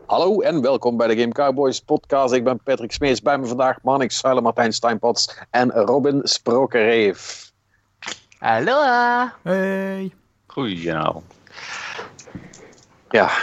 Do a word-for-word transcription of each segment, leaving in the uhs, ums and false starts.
Hallo en welkom bij de Game Cowboys podcast. Ik ben Patrick Smees. Bij me vandaag Marnix Zuilen, Martijn Steinpotz en Robin Sprokereef. Hallo. Hey. Goedenavond. Ja.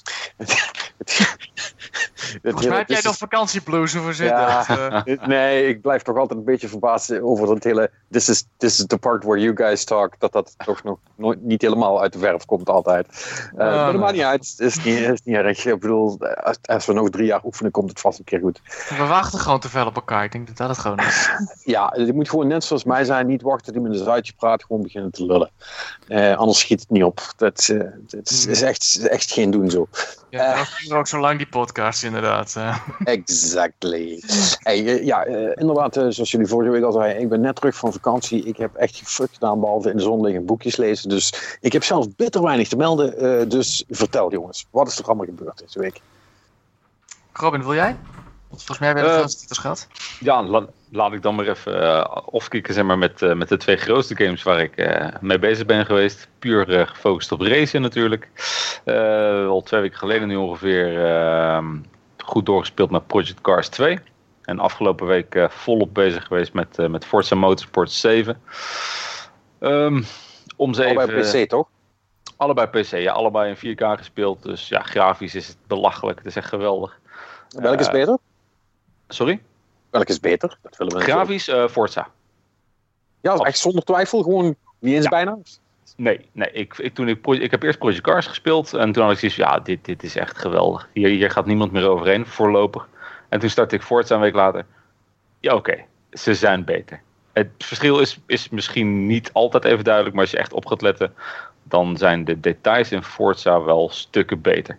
Volgens mij heb jij nog vakantieblues over zitten. Ja, uh... Nee, ik blijf toch altijd een beetje verbaasd over dat hele... This is, this is the part where you guys talk. Dat dat toch nog nooit, niet helemaal uit de verf komt altijd. Uh, uh, maar dat maakt niet uit. Het is niet, is niet erg. Ik bedoel, als, als we nog drie jaar oefenen, komt het vast een keer goed. We wachten gewoon te veel op elkaar. Ik denk dat dat het gewoon is. Ja, je moet gewoon net zoals mij zijn. Niet wachten die met een zuidje praat. Gewoon beginnen te lullen. Uh, anders schiet het niet op. Dat, uh, dat is, is echt, echt geen doen zo. Ja, dat is uh, ook zo lang die podcast inderdaad. Uh. Exactly. Hey, uh, ja, uh, inderdaad, uh, zoals jullie vorige week al zeiden, ik ben net terug van vakantie. Ik heb echt gefukt gedaan, behalve in de zon liggen boekjes lezen. Dus ik heb zelf bitter weinig te melden. Uh, dus vertel jongens, wat is er allemaal gebeurd deze week? Robin, wil jij? Want volgens mij hebben we uh, de titels gehad. Ja, la, laat ik dan maar even uh, offkicken zeg maar, met, uh, met de twee grootste games waar ik uh, mee bezig ben geweest. Puur uh, gefocust op racen natuurlijk. Uh, al twee weken geleden nu ongeveer uh, goed doorgespeeld met Project Cars twee. En afgelopen week uh, volop bezig geweest met, uh, met Forza Motorsport zeven. Um, om ze allebei even, P C toch? Allebei P C, ja. Allebei in vier K gespeeld. Dus ja, grafisch is het belachelijk. Het is echt geweldig. Welke is beter? Sorry? Welke is beter? Dat willen we grafisch uh, Forza. Ja, dat is echt zonder twijfel. Gewoon niet eens ja. bijna. Nee, nee ik, ik, toen ik, ik heb eerst Project Cars gespeeld. En toen had ik zoiets ja, dit, dit is echt geweldig. Hier, hier gaat niemand meer overheen, voorlopig. En toen startte ik Forza een week later. Ja, oké. Okay, ze zijn beter. Het verschil is, is misschien niet altijd even duidelijk. Maar als je echt op gaat letten, dan zijn de details in Forza wel stukken beter.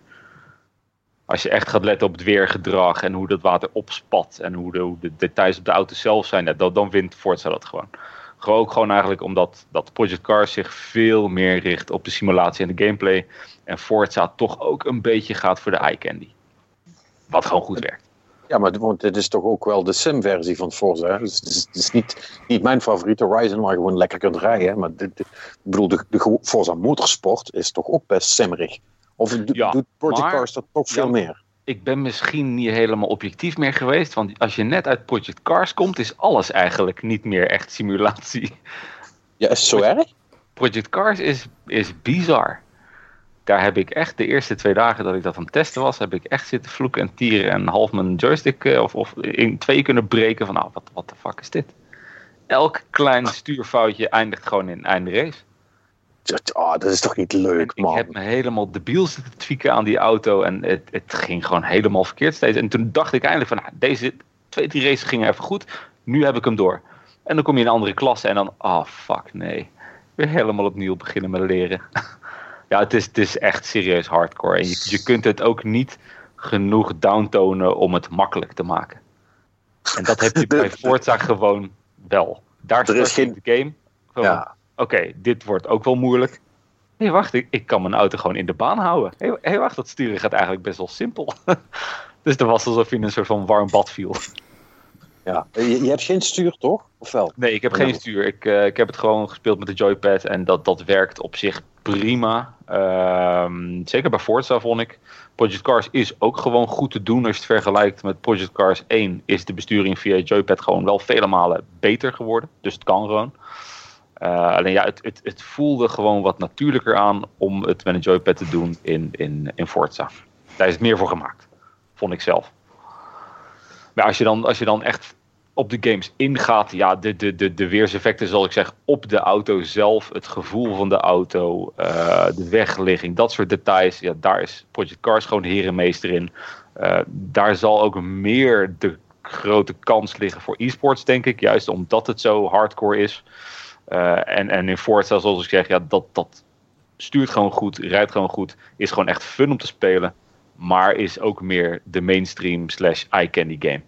Als je echt gaat letten op het weergedrag en hoe dat water opspat en hoe de, hoe de details op de auto zelf zijn, ja, dan, dan wint Forza dat gewoon. Gewoon ook gewoon eigenlijk omdat dat Project Cars zich veel meer richt op de simulatie en de gameplay. En Forza toch ook een beetje gaat voor de eye candy. Wat gewoon goed werkt. Ja, maar want dit is toch ook wel de sim-versie van Forza. Dus het is, het is niet, niet mijn favoriete Horizon waar je gewoon lekker kunt rijden. Maar dit, dit, ik bedoel, de, de Forza Motorsport is toch ook best simmerig. Of do, ja, doet Project maar, Cars dat toch veel ja, meer? Ik ben misschien niet helemaal objectief meer geweest. Want als je net uit Project Cars komt, is alles eigenlijk niet meer echt simulatie. Ja, is het zo erg? Project Cars is, is bizar. Daar heb ik echt de eerste twee dagen dat ik dat aan het testen was, heb ik echt zitten vloeken en tieren en half mijn joystick uh, of, of in twee kunnen breken van nou, wat what the fuck is dit? Elk klein stuurfoutje eindigt gewoon in einde race. Oh, dat is toch niet leuk, en man. Ik heb me helemaal debiel zitten tweaken aan die auto en het, het ging gewoon helemaal verkeerd steeds. En toen dacht ik eindelijk van, nou, deze twee, drie races gingen even goed, nu heb ik hem door. En dan kom je in een andere klasse en dan, oh fuck, nee. Weer helemaal opnieuw beginnen met leren. Ja, het is, het is echt serieus hardcore. En je, je kunt het ook niet genoeg downtonen om het makkelijk te maken. En dat heb je bij Forza gewoon wel. Daar start je de game. Ja. Oké, okay, dit wordt ook wel moeilijk. Hé, hey, wacht, ik, ik kan mijn auto gewoon in de baan houden. Hé, hey, hey, wacht, dat sturen gaat eigenlijk best wel simpel. Dus het was alsof je in een soort van warm bad viel. Ja, je, je hebt geen stuur, toch? Of wel? Nee, ik heb geen stuur. Ik, uh, ik heb het gewoon gespeeld met de joypad en dat, dat werkt op zich prima. Um, zeker bij Forza vond ik. Project Cars is ook gewoon goed te doen als je het vergelijkt met Project Cars één. Is de besturing via joypad gewoon wel vele malen beter geworden. Dus het kan gewoon. Uh, alleen ja, het, het, het voelde gewoon wat natuurlijker aan om het met een joypad te doen in, in, in Forza. Daar is het meer voor gemaakt. Vond ik zelf. Maar als je dan, als je dan echt op de games ingaat, ja, de, de, de, de weerseffecten zal ik zeggen, op de auto zelf, het gevoel van de auto, uh, de wegligging, dat soort details, ja, daar is Project Cars gewoon herenmeester in. Uh, daar zal ook meer de grote kans liggen voor e-sports, denk ik, juist omdat het zo hardcore is. Uh, en, en in Forza, zoals ik zeg, ja, dat, dat stuurt gewoon goed, rijdt gewoon goed, is gewoon echt fun om te spelen, maar is ook meer de mainstream slash eye candy game.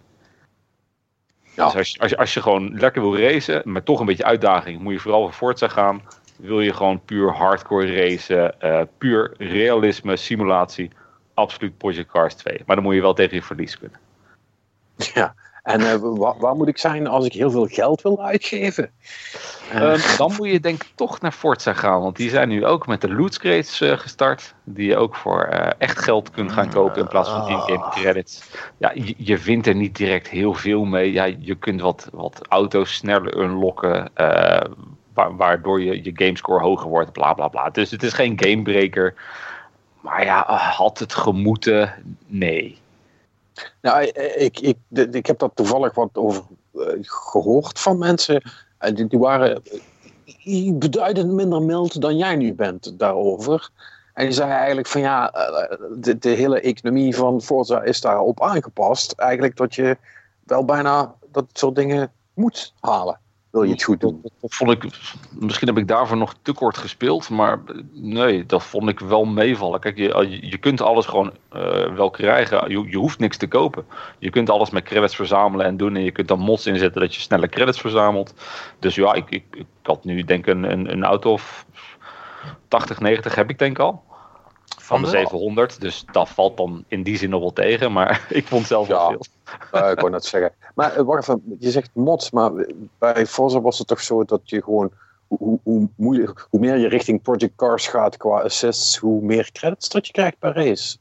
Ja. Dus als je, als, je, als je gewoon lekker wil racen, maar toch een beetje uitdaging, moet je vooral voor Forza gaan. Wil je gewoon puur hardcore racen, uh, puur realisme, simulatie, absoluut Project Cars twee. Maar dan moet je wel tegen je verlies kunnen. Ja, En uh, waar, waar moet ik zijn als ik heel veel geld wil uitgeven? Uh, um, dan moet je denk ik toch naar Forza gaan. Want die zijn nu ook met de loot crates uh, gestart. Die je ook voor uh, echt geld kunt gaan kopen in plaats van in-game credits. Ja, je, je wint er niet direct heel veel mee. Ja, je kunt wat, wat auto's sneller unlocken. Uh, wa- waardoor je, je gamescore hoger wordt. Bla bla bla. Dus het is geen gamebreaker. Maar ja, had het gemoeten? Nee. Nou, ik, ik, ik heb daar toevallig wat over gehoord van mensen. Die, die waren beduidend minder mild dan jij nu bent daarover. En die zei eigenlijk van ja, de, de hele economie van Forza is daarop aangepast. Eigenlijk dat je wel bijna dat soort dingen moet halen. Wil je het goed doen? Dat, dat vond ik, misschien heb ik daarvoor nog te kort gespeeld, maar nee, dat vond ik wel meevallen. Kijk, je, je kunt alles gewoon uh, wel krijgen. Je, je hoeft niks te kopen. Je kunt alles met credits verzamelen en doen en je kunt dan mods inzetten dat je sneller credits verzamelt. Dus ja, ik, ik, ik had nu denk ik een, een, een auto of tachtig, negentig heb ik denk al. Van de zevenhonderd, dus dat valt dan in die zin nog wel tegen, maar ik vond zelf wel ja, veel. Uh, ik wou net zeggen. Maar uh, wacht even, je zegt mods, maar bij Forza was het toch zo dat je gewoon, hoe, hoe, hoe, hoe meer je richting Project Cars gaat qua assists, hoe meer credits dat je krijgt per race.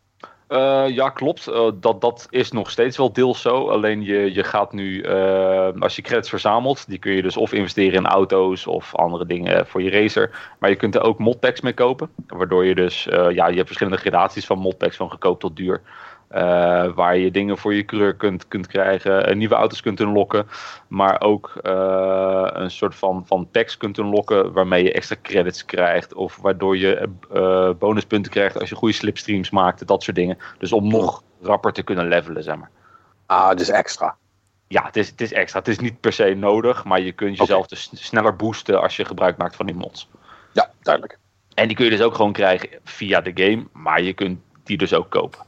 Uh, ja, klopt. Uh, dat, dat is nog steeds wel deels zo. Alleen je, je gaat nu, uh, als je credits verzamelt, die kun je dus of investeren in auto's of andere dingen voor je racer. Maar je kunt er ook modpacks mee kopen. Waardoor je dus, uh, ja, je hebt verschillende gradaties van modpacks, van goedkoop tot duur. Uh, waar je dingen voor je coureur kunt, kunt krijgen, uh, nieuwe auto's kunt unlocken, maar ook uh, een soort van, van packs kunt unlocken waarmee je extra credits krijgt of waardoor je uh, bonuspunten krijgt als je goede slipstreams maakt, dat soort dingen. Dus om nog rapper te kunnen levelen, zeg maar. Ah, dus extra. Ja, het is, het is extra. Het is niet per se nodig, maar je kunt jezelf okay. dus sneller boosten als je gebruik maakt van die mods. Ja, duidelijk. En die kun je dus ook gewoon krijgen via de game, maar je kunt die dus ook kopen.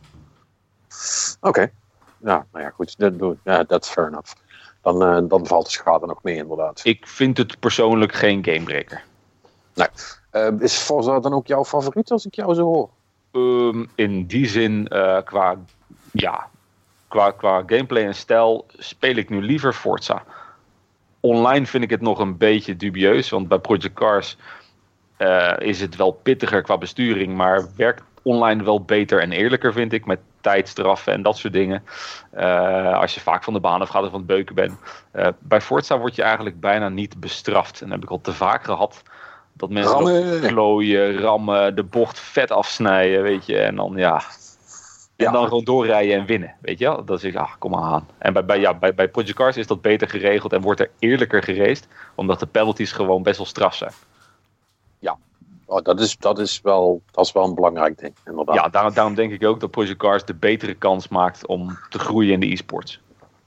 Oké, okay. Ja, nou ja, goed, dat yeah, that's fair enough. Dan, uh, dan valt de schade nog mee, inderdaad. Ik vind het persoonlijk geen gamebreaker. Nee. Uh, is Forza dan ook jouw favoriet, als ik jou zo hoor? Um, in die zin, uh, qua, ja, qua, qua gameplay en stijl speel ik nu liever Forza. Online vind ik het nog een beetje dubieus, want bij Project Cars uh, is het wel pittiger qua besturing, maar werkt online wel beter en eerlijker, vind ik, met tijdstraffen en dat soort dingen. Uh, als je vaak van de baan af gaat of van het beuken bent. Uh, bij Forza word je eigenlijk bijna niet bestraft. En dat heb ik al te vaak gehad. Dat mensen rammen, klooien, rammen, de bocht vet afsnijden, weet je. En dan ja... En ja. dan gewoon doorrijden en winnen, weet je wel. Dat is, ah, kom maar aan. En bij, bij, ja, bij, bij Project Cars is dat beter geregeld en wordt er eerlijker geraced. Omdat de penalties gewoon best wel straf zijn. Ja. Oh, dat, is, dat, is wel, dat is wel een belangrijk ding, inderdaad. Ja, daarom, daarom denk ik ook dat Project Cars de betere kans maakt om te groeien in de e-sports.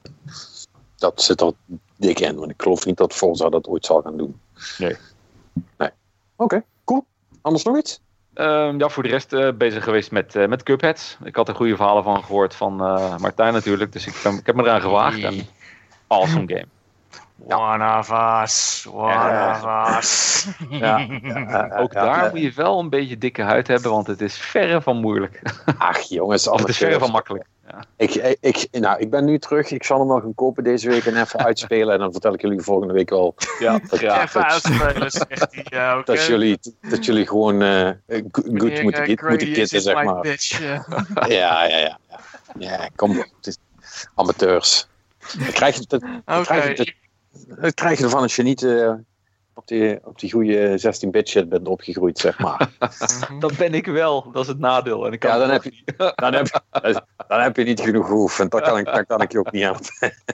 Dat zit er dik in, want ik geloof niet dat Forza dat ooit zal gaan doen. Nee. Nee. Oké, okay, cool. Anders nog iets? Uh, ja, voor de rest uh, bezig geweest met, uh, met Cuphead. Ik had er goede verhalen van gehoord van uh, Martijn natuurlijk, dus ik, ben, ik heb me eraan gewaagd. En awesome game. One of us, one ja. of us. Ja. Ja, ook ja, daar ja. moet je wel een beetje dikke huid hebben, want het is verre van moeilijk. Ach jongens, het is verre van makkelijk. Ja. Ik, ik, nou, ik ben nu terug, ik zal hem wel gaan kopen deze week en even uitspelen en dan vertel ik jullie volgende week wel. Ja, dat, ja even dat, uitspelen, zegt hij. Ja, okay. dat, jullie, dat jullie gewoon uh, goed moeten, uh, moeten kitten, zeg maar. Bitch, yeah. ja, ja, ja, ja. Ja, kom, het is amateurs. Dan krijg je het, okay. krijg je het, dat krijg je ervan als je niet uh, op die, op die goede zestien-bit shit bent opgegroeid, zeg maar. Dat ben ik wel, dat is het nadeel. En ik kan ja, dan heb, je, dan, heb je, dan heb je niet genoeg geoefend. Dat kan ik, dat kan ik je ook niet aan.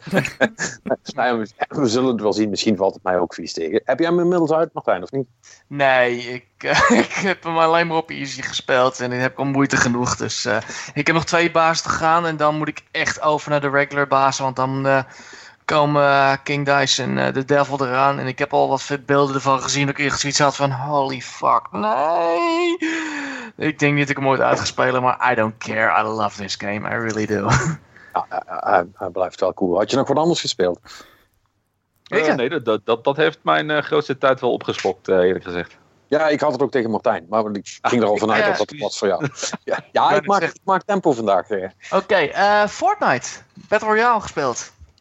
Nou, we zullen het wel zien, misschien valt het mij ook vies tegen. Heb jij hem inmiddels uit, Martijn, of niet? Nee, ik, uh, ik heb hem alleen maar op easy gespeeld en ik heb al moeite genoeg. Dus uh, ik heb nog twee bazen te gaan en dan moet ik echt over naar de regular bazen, want dan... Uh, komen uh, King Dice en uh, de Devil eraan. En ik heb al wat beelden ervan gezien. Dat ik echt zoiets had van... Holy fuck, nee. Ik denk niet dat ik hem ooit uit ga spelen. Maar I don't care. I love this game. I really do. Ja, hij, hij blijft wel cool. Had je nog wat anders gespeeld? Uh, nee, dat, dat, dat heeft mijn uh, grootste tijd wel opgeslokt, uh, eerlijk gezegd. Ja, ik had het ook tegen Martijn. Maar ik ging er al vanuit ja, dat dat was voor jou. Ja, ja ik, maak, ik maak tempo vandaag. Oké, okay, uh, Fortnite. Battle Royale gespeeld.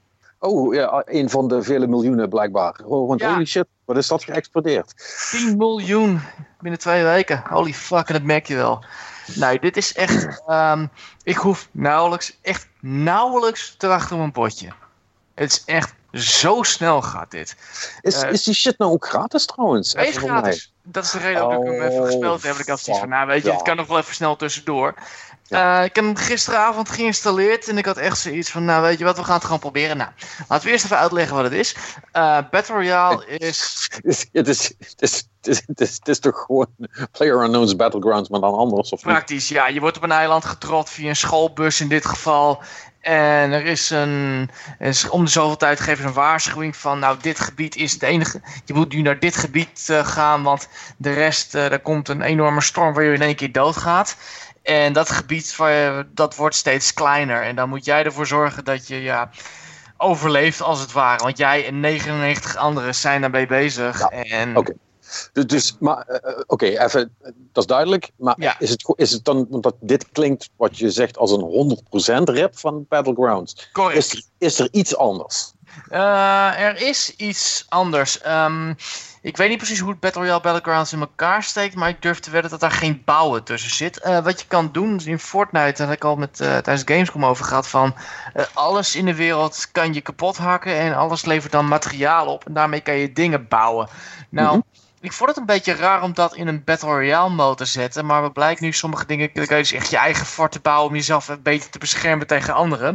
Oh, ja, een van de vele miljoenen blijkbaar. Oh, want Ja. holy shit, wat is dat geëxplodeerd? tien miljoen binnen twee weken. Holy fuck, en dat merk je wel. Nou, dit is echt... Um, ik hoef nauwelijks, echt nauwelijks te wachten op een potje. Het is echt zo snel gaat dit. Is, Uh, is die shit nou ook gratis trouwens? Hij is Even voor gratis. Dat is de reden ook dat ik hem even Oh, gespeeld heb. Ik had zoiets van, nou weet je, ja. het kan nog wel even snel tussendoor. Ja. Uh, ik heb hem gisteravond geïnstalleerd en ik had echt zoiets van, nou weet je wat, we gaan het gewoon proberen. Nou, laten we eerst even uitleggen wat het is. Uh, Battle Royale is... Het is, het, is, het, is, het, is, het is toch gewoon PlayerUnknown's Battlegrounds, maar dan anders? Of niet? Praktisch, ja. Je wordt op een eiland getrold via een schoolbus in dit geval. En er is een, is om de zoveel tijd geven ze een waarschuwing van, nou dit gebied is het enige, je moet nu naar dit gebied uh, gaan, want de rest, uh, er komt een enorme storm waar je in één keer doodgaat. En dat gebied, uh, dat wordt steeds kleiner en dan moet jij ervoor zorgen dat je ja, overleeft als het ware. Want jij en negenennegentig anderen zijn daarmee bezig. Ja, en... Oké. Okay. Dus, dus, maar, uh, oké, okay, even, dat is duidelijk. Maar ja. is, het, is het dan, want dat, dit klinkt wat je zegt als een honderd procent rip van Battlegrounds. Correct. Is er, is er iets anders? Uh, er is iets anders. Um, ik weet niet precies hoe het Battle Royale Battlegrounds in elkaar steekt, maar ik durf te wedden dat daar geen bouwen tussen zit. Uh, wat je kan doen in Fortnite, daar heb ik al met, uh, tijdens Gamescom over gehad, van uh, alles in de wereld kan je kapot hakken en alles levert dan materiaal op en daarmee kan je dingen bouwen. Nou, mm-hmm. Ik vond het een beetje raar om dat in een Battle Royale mode te zetten, maar het blijkt nu sommige dingen, dan kan je dus echt je eigen forten bouwen om jezelf beter te beschermen tegen anderen.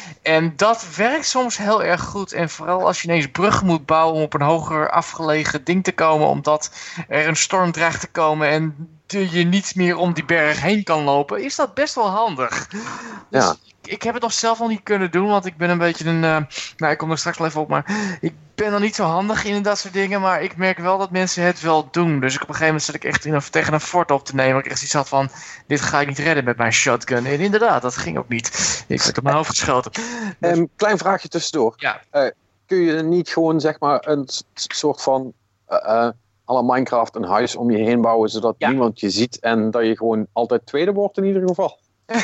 En dat werkt soms heel erg goed. En vooral als je ineens bruggen moet bouwen om op een hoger afgelegen ding te komen, omdat er een storm dreigt te komen en je niet meer om die berg heen kan lopen, is dat best wel handig. Dus ja. ik, ik heb het nog zelf nog niet kunnen doen, want ik ben een beetje een... Uh, nou, ik kom er straks wel even op, maar ik ben nog niet zo handig in dat soort dingen, maar ik merk wel dat mensen het wel doen. Dus op een gegeven moment zat ik echt in een, tegen een fort op te nemen. Ik echt iets had van, dit ga ik niet redden met mijn shotgun. En inderdaad, dat ging ook niet. Ik werd op mijn hoofd geschoten. Dus... Um, klein vraagje tussendoor. Ja. Uh, kun je niet gewoon, zeg maar, een soort van... Uh, uh, à la Minecraft een huis om je heen bouwen, zodat ja. niemand je ziet en dat je gewoon altijd tweede wordt in ieder geval?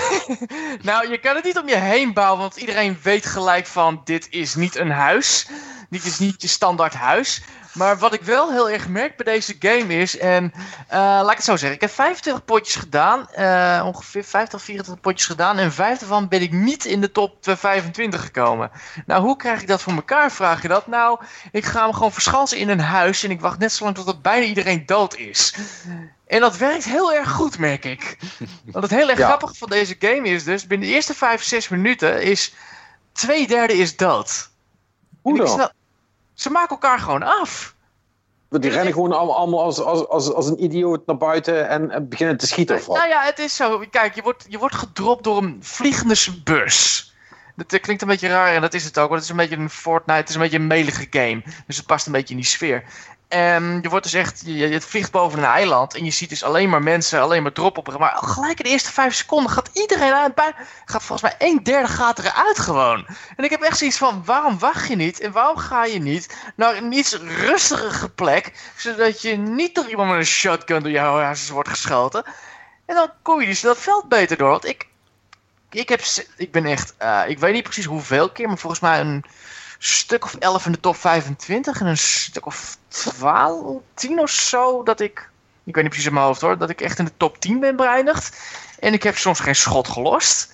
Nou, je kan het niet om je heen bouwen, want iedereen weet gelijk van, dit is niet een huis. Dit is niet je standaard huis. Maar wat ik wel heel erg merk bij deze game is, en uh, laat ik het zo zeggen, ik heb vijfentwintig potjes gedaan, uh, ongeveer vijftig, vierentwintig potjes gedaan en vijf daarvan ben ik niet in de top vijfentwintig gekomen. Nou, hoe krijg ik dat voor elkaar, vraag je dat? Nou, ik ga hem gewoon verschansen in een huis en ik wacht net zo lang tot bijna iedereen dood is. En dat werkt heel erg goed, merk ik. Want het heel erg ja. grappige van deze game is dus, binnen de eerste vijf, zes minuten is twee derde is dood. Hoe dan? Snel... Ze maken elkaar gewoon af. Die rennen gewoon allemaal als, als, als, als een idioot naar buiten en, en beginnen te schieten of wat? Nou ja, het is zo. Kijk, je wordt, je wordt gedropt door een vliegende bus. Dat klinkt een beetje raar en dat is het ook. Want het is een beetje een Fortnite, het is een beetje een melige game. Dus het past een beetje in die sfeer. En je wordt dus echt, je, je vliegt boven een eiland en je ziet dus alleen maar mensen, alleen maar drop op. Maar gelijk in de eerste vijf seconden gaat iedereen uit. Gaat volgens mij een derde gaat eruit gewoon. En ik heb echt zoiets van, waarom wacht je niet? En waarom ga je niet naar een iets rustigere plek, zodat je niet door iemand met een shotgun door jouw huis wordt geschoten. En dan kom je dus dat veld beter door. Want ik, ik, heb, ik ben echt, uh, ik weet niet precies hoeveel keer, maar volgens mij een stuk of elf in de top vijfentwintig en een stuk of twaalf, tien of zo, dat ik, ik weet niet precies in mijn hoofd hoor, dat ik echt in de top tien ben beëindigd. En ik heb soms geen schot gelost.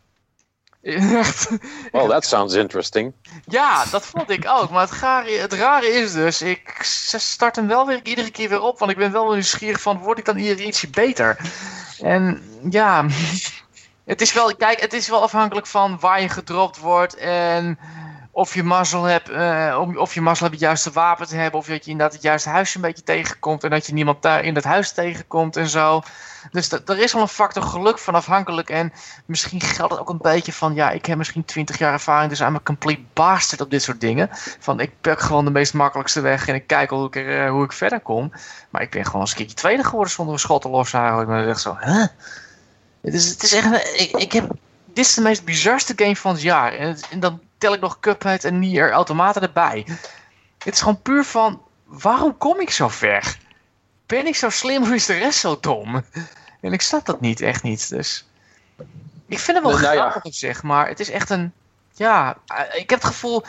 Well, that sounds interesting. Ja, dat vond ik ook. Maar het, gare, het rare is dus, ik start hem wel weer iedere keer weer op, want ik ben wel nieuwsgierig van, word ik dan iedere ietsje beter? En ja, het is wel, kijk, het is wel afhankelijk van waar je gedropt wordt en of je mazzel hebt, uh, of je mazzel hebt het juiste wapen te hebben, of dat je inderdaad het juiste huis een beetje tegenkomt en dat je niemand daar in dat huis tegenkomt en zo. Dus dat, er is wel een factor geluk van afhankelijk en misschien geldt het ook een beetje van, ja, ik heb misschien twintig jaar ervaring, dus I'm a complete bastard op dit soort dingen. Van, ik pak gewoon de meest makkelijkste weg en ik kijk hoe ik, er, uh, hoe ik verder kom. Maar ik ben gewoon eens een keertje tweede geworden zonder een schot te lossen eigenlijk. Maar echt zo, huh? Het is, het is echt, ik, ik heb, dit is de meest bizarste game van het jaar. En, het, en dan tel ik nog Cuphead en Nier Automata erbij. Het is gewoon puur van, waarom kom ik zo ver? Ben ik zo slim, hoe is de rest zo dom? En ik snap dat niet, echt niet. Dus ik vind het wel nou, grappig ja. op zich, maar het is echt een, ja, ik heb het gevoel,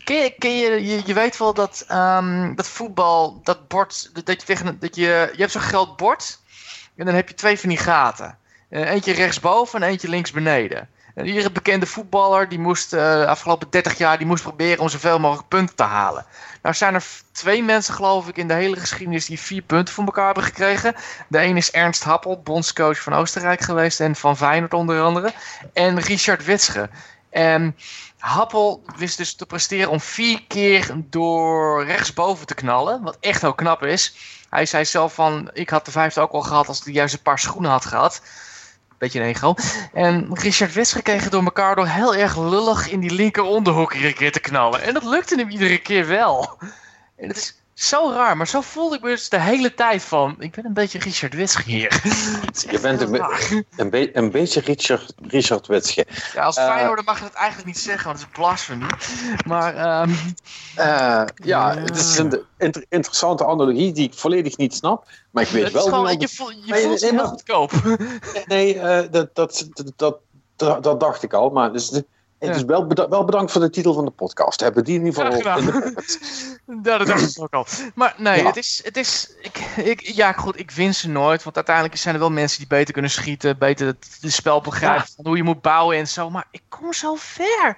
Ken je, ken je, je, je weet wel dat, um, dat voetbal, dat bord, dat je tegen, dat je, je hebt zo'n groot bord en dan heb je twee van die gaten. Uh, eentje rechtsboven en eentje links beneden. En iedere bekende voetballer die moest uh, de afgelopen dertig jaar die moest proberen om zoveel mogelijk punten te halen. Nou zijn er twee mensen geloof ik in de hele geschiedenis die vier punten voor elkaar hebben gekregen. De een is Ernst Happel, bondscoach van Oostenrijk geweest en van Feyenoord onder andere. En Richard Witsche. En Happel wist dus te presteren om vier keer door rechtsboven te knallen. Wat echt heel knap is. Hij zei zelf van, ik had de vijfde ook al gehad als ik de juiste paar schoenen had gehad. Beetje een ego. En Richard Witsche kreeg het door elkaar door heel erg lullig in die linker onderhoek iedere keer te knallen. En dat lukte hem iedere keer wel. En het is zo raar, maar zo voelde ik me dus de hele tijd van, ik ben een beetje Richard Witsche hier. Je bent een, be- een, be- een beetje Richard, Richard Witsche. Ja, als Feyenoorder uh, mag je dat eigenlijk niet zeggen, want het is blasfemie. Maar, um... uh, ja, het is een inter- interessante analogie die ik volledig niet snap. Maar ik weet het wel... Is gewoon, hoe je voelt je nee, voelt nee, heel goedkoop. Nee, uh, dat, dat, dat, dat, dat dacht ik al, maar... Dus, het ja. is wel, beda- wel bedankt voor de titel van de podcast. Hebben die in ieder geval in de ja, dat dacht ik ook al. Maar nee, ja. het is... Het is ik, ik, ja, goed, ik win ze nooit. Want uiteindelijk zijn er wel mensen die beter kunnen schieten. Beter het, het spel begrijpen. Ja. Van hoe je moet bouwen en zo. Maar ik kom zo ver.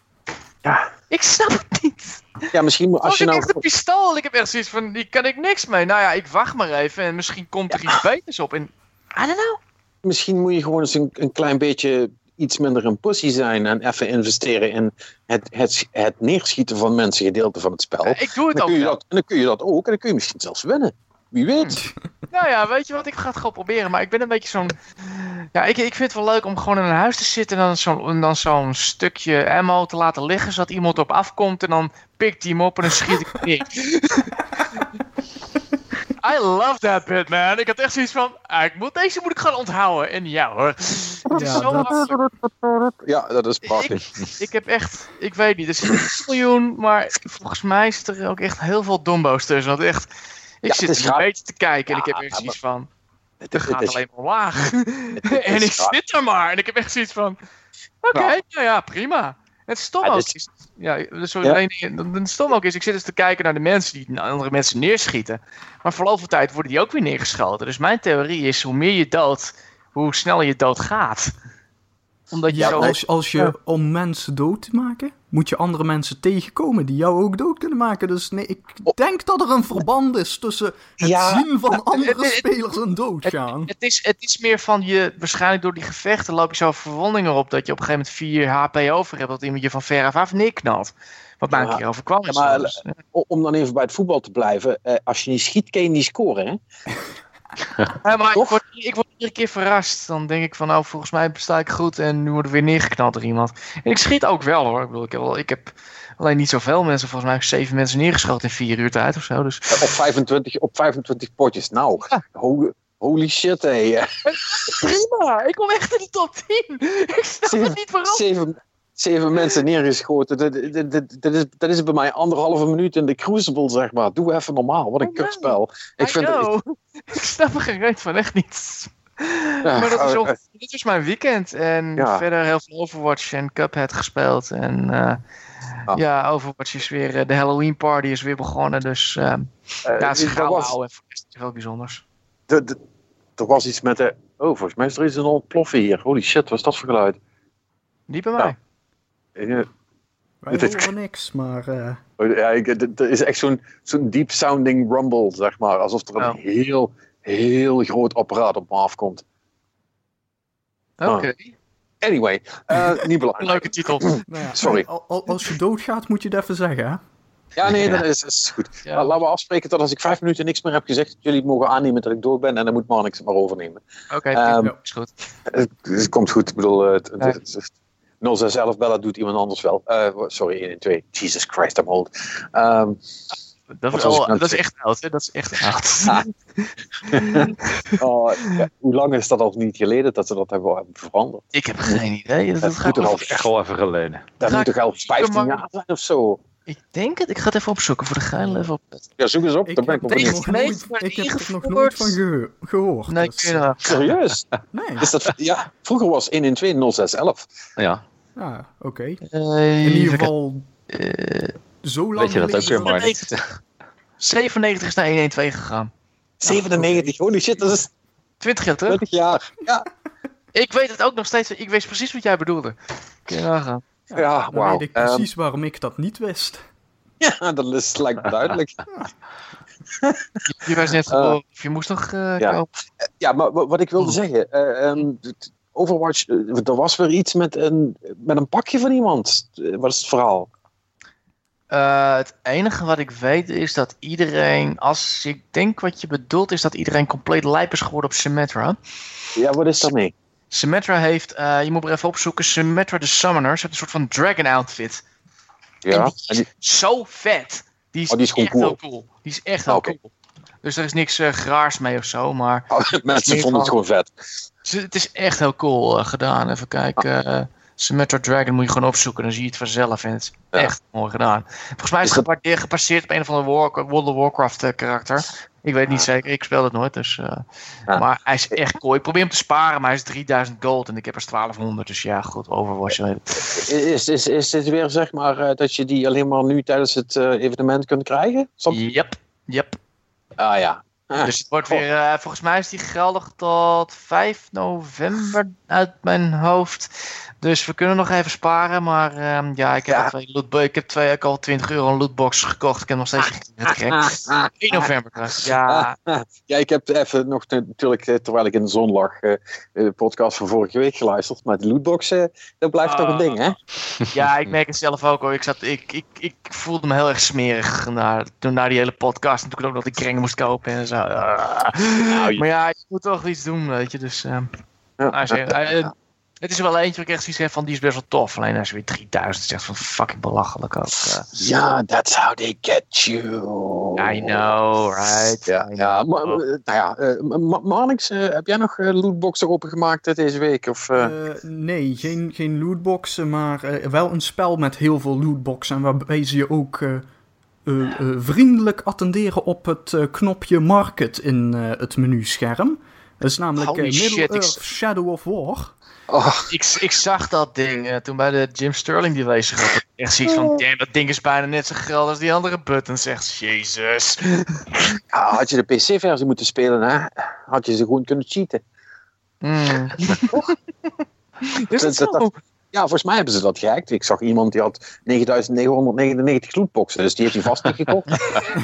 Ja. Ik snap het niet. Ja, misschien als je ik nou... Ik heb echt een pistool. Ik heb echt zoiets van, die kan ik niks mee. Nou ja, ik wacht maar even. En misschien komt er ja. iets beters op. En, I don't know. Misschien moet je gewoon eens een, een klein beetje... iets minder een pussy zijn en even investeren in het, het, het neerschieten van mensen gedeelte van het spel. Ja, ik doe het dan ook kun je wel. dat, En dan kun je dat ook en dan kun je misschien zelfs winnen. Wie weet. Nou ja, weet je wat, ik ga het gewoon proberen. Maar ik ben een beetje zo'n... Ja, ik, ik vind het wel leuk om gewoon in een huis te zitten en dan, zo, en dan zo'n stukje ammo te laten liggen, zodat iemand op afkomt en dan pikt hij hem op en dan schiet ik hem neer. I love that bit, man. Ik had echt zoiets van, ah, ik moet, deze moet ik gaan onthouden. En ja hoor. Het is ja, zo dat... ja, dat is prachtig. Ik, ik heb echt, ik weet niet, er zit een miljoen, maar volgens mij zit er ook echt heel veel dombo's tussen. Want echt, ik ja, zit er een beetje te kijken en ja, ik heb echt zoiets van, het, het gaat is, alleen maar laag. En ik raar. zit er maar en ik heb echt zoiets van, oké, okay, ja. nou ja, prima. Het stom ja, ook dit... is, ja, sorry, ja. Het stom ook is, ik zit dus te kijken naar de mensen die andere mensen neerschieten. Maar voor de tijd worden die ook weer neergeschoten. Dus mijn theorie is, hoe meer je doodt, hoe sneller je dood gaat. Omdat je ja, zo... als, als je ja. om mensen dood te maken, moet je andere mensen tegenkomen die jou ook dood kunnen maken. Dus nee, ik denk dat er een verband is tussen het ja. zien van andere het, het, spelers en doodgaan. Het, het, is, het is meer van je, waarschijnlijk door die gevechten loop je zo verwondingen op dat je op een gegeven moment vier H P over hebt, dat iemand je van ver af af neerknalt. Wat mij ja. een keer overkwam. Ja, maar dus, ja. om dan even bij het voetbal te blijven, eh, als je niet schiet, kan je niet scoren, hè? Ja, maar ik word, ik word iedere keer verrast. Dan denk ik van, nou, volgens mij sta ik goed en nu word ik weer neergeknald door iemand. En ik schiet ook wel, hoor. Ik bedoel, ik heb, wel, ik heb alleen niet zoveel mensen. Volgens mij zeven mensen neergeschoten in vier uur tijd of zo. Dus. Op, vijfentwintig, op vijfentwintig potjes. Nou, ja. holy, holy shit, hé. Prima, ik kom echt in de top tien. Ik snap zeven, het niet waarom. Zeven, zeven mensen neergeschoten. Dat, dat, dat, dat, is, dat is bij mij anderhalve minuut in de Crucible, zeg maar. Doe even normaal. Wat een kutspel. Ik, vind het, ik... ik snap er geen reet van, echt niet. Ja, maar dat is ook, dit was mijn weekend. En ja. verder heel veel Overwatch en Cuphead gespeeld. En uh, oh. ja, Overwatch is weer... Uh, de Halloween party is weer begonnen. Dus uh, uh, ja, het is gauw houden. En voor de rest is veel bijzonders. De, de, er was iets met de... Oh, volgens mij is er iets een ontploffen hier. Holy shit, wat is dat voor geluid? Niet bij mij. Ja. Uh, Wij horen niks, maar... Uh... Ja, er is echt zo'n, zo'n deep sounding rumble, zeg maar. Alsof er een oh. heel, heel groot apparaat op me afkomt. Oké. Okay. Oh. Anyway, uh, niet belangrijk. Leuke titel. Nou ja, sorry. Als je doodgaat, moet je het even zeggen, hè? Ja, nee, dat is, is goed. Ja. Uh, laten we afspreken dat als ik vijf minuten niks meer heb gezegd, dat jullie mogen aannemen dat ik dood ben en dan moet Marnix het maar overnemen. Oké, okay, um, is goed. Het, het komt goed. Ik bedoel, het, het, het, het, nul zes elf bellen doet iemand anders wel. Uh, sorry, één en twee. Jesus Christ, I'm old. Um, dat, is al, dat is echt oud, hè? Dat is echt oud. oh, ja, hoe lang is dat al niet geleden dat ze dat hebben veranderd? Ik heb geen idee. Dat, dat gaat toch al echt wel even geleden. Dat moet toch al vijftien jaar zijn of zo? Ik denk het. Ik ga het even opzoeken voor de geile level. Ja, zoek eens op. Ik dan ben ik heb op er nog nooit, ik heb er nog nooit van geho- gehoord. Nee, dus. ja. Serieus? Nee. Is dat, ja, vroeger was één en twee nul zes elf. Ja. Ja, oké. Okay. Uh, in ieder geval... Uh, zo lang Weet je dat ook weer, Mark? zevenennegentig zevenennegentig is naar één één twee gegaan. zevenennegentig, holy shit, dat is twintig jaar terug. twintig jaar. Ja, Ik weet het ook nog steeds. Ik weet precies wat jij bedoelde. Kun je nagaan. ja Dan wauw. weet ik precies um, waarom ik dat niet wist. Ja, dat is lijkt me duidelijk. Je, je was net geboren, uh, of je moest nog uh, ja. kopen. Ja, maar wat ik wilde zeggen. Uh, um, Overwatch, uh, er was weer iets met een, met een pakje van iemand. Uh, wat is het verhaal? Uh, het enige wat ik weet is dat iedereen, als ik denk wat je bedoelt, is dat iedereen compleet lijp is geworden op Symmetra. Ja, wat is daarmee? Symmetra heeft, uh, je moet maar even opzoeken, Symmetra the Summoners heeft een soort van dragon outfit. Ja. En die is en die... zo vet. Die is, oh, die is echt cool. heel cool. Die is echt heel oh, okay. cool. Dus er is niks uh, raars mee of zo, maar... Oh, mensen vonden het gewoon vet. Het is echt heel cool uh, gedaan. Even kijken. Uh, Symmetra Dragon moet je gewoon opzoeken. Dan zie je het vanzelf. En het is ja. echt mooi gedaan. Volgens mij is het dat... gepa- gepasseerd op een of andere War- World of Warcraft uh, karakter. Ik weet het niet ja. zeker. Ik speel het nooit. Dus, uh, ja. Maar hij is echt cool. Ik probeer hem te sparen, maar hij is drieduizend gold. En ik heb er twaalfhonderd. Dus ja, goed. Overwatch. Is, is, is dit weer zeg maar uh, dat je die alleen maar nu tijdens het uh, evenement kunt krijgen? Som- yep. Yep. Ah ja. Ah. Dus het wordt weer, uh, volgens mij is die geldig tot vijf november uit mijn hoofd. Dus we kunnen nog even sparen, maar um, ja, ik heb, ja. Twee lootbo- ik heb twee, ik al twintig euro een lootbox gekocht. Ik heb nog steeds niet gek. één november trouwens. Ja. ja, ik heb even nog natuurlijk, terwijl ik in de zon lag, uh, de podcast van vorige week geluisterd. Maar die lootbox, uh, dat blijft uh, toch een ding, hè? Ja, ik merk het zelf ook hoor. Ik, zat, ik, ik, ik voelde me heel erg smerig na, toen na die hele podcast. En toen ook nog die kringen moest kopen en zo. Uh. Nou, maar ja, je moet toch iets doen, weet je. Dus, uh, ja. nou, zeg, uh, uh, het is er wel eentje waar ik echt zoiets heb van, die is best wel tof. Alleen als je weer drieduizend zegt van fucking belachelijk ook. Uh. Ja, that's how they get you. I know, right? Ja, I ja know. maar nou ja, uh, Marnix, uh, heb jij nog uh, lootboxen opengemaakt uh, deze week? Of, uh? Uh, nee, geen, geen lootboxen, maar uh, wel een spel met heel veel lootboxen. Waarbij ze je ook uh, uh, uh, vriendelijk attenderen op het uh, knopje market in uh, het menuscherm. Dat is namelijk uh, Middle-earth ik... Shadow of War. Oh. Ik, ik zag dat ding uh, toen bij de Jim Sterling die wezen had. Echt zoiets van, damn, dat ding is bijna net zo groot als die andere buttons. Echt, jezus. Ja, had je de P C-versie moeten spelen, hè? Had je ze gewoon kunnen cheaten. Mm. Is het zo? Dat, dat, ja, volgens mij hebben ze dat gehackt. Ik zag iemand die had negenduizend negenhonderdnegenennegentig lootboxen, dus die heeft hij vast niet gekocht.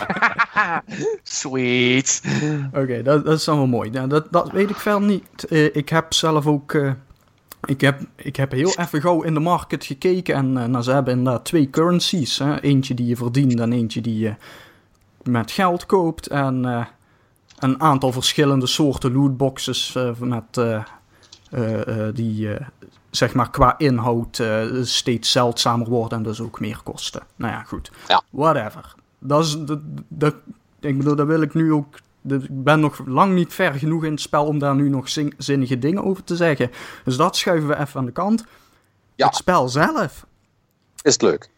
Sweet. Oké, okay, dat, dat is dan wel mooi. Ja, dat, dat weet ik verder niet. Uh, ik heb zelf ook... Uh, ik, heb, ik heb heel even gauw in de market gekeken en uh, nou, ze hebben inderdaad twee currencies. Hè? Eentje die je verdient en eentje die je met geld koopt. En uh, een aantal verschillende soorten lootboxes uh, met... Uh, uh, uh, die... Uh, zeg maar qua inhoud uh, steeds zeldzamer worden en dus ook meer kosten. Nou ja, goed. Ja. Whatever. Dat is, dat, dat, ik bedoel, daar wil ik nu ook... Ik ben nog lang niet ver genoeg in het spel om daar nu nog zin, zinnige dingen over te zeggen. Dus dat schuiven we even aan de kant. Ja. Het spel zelf. Is het leuk?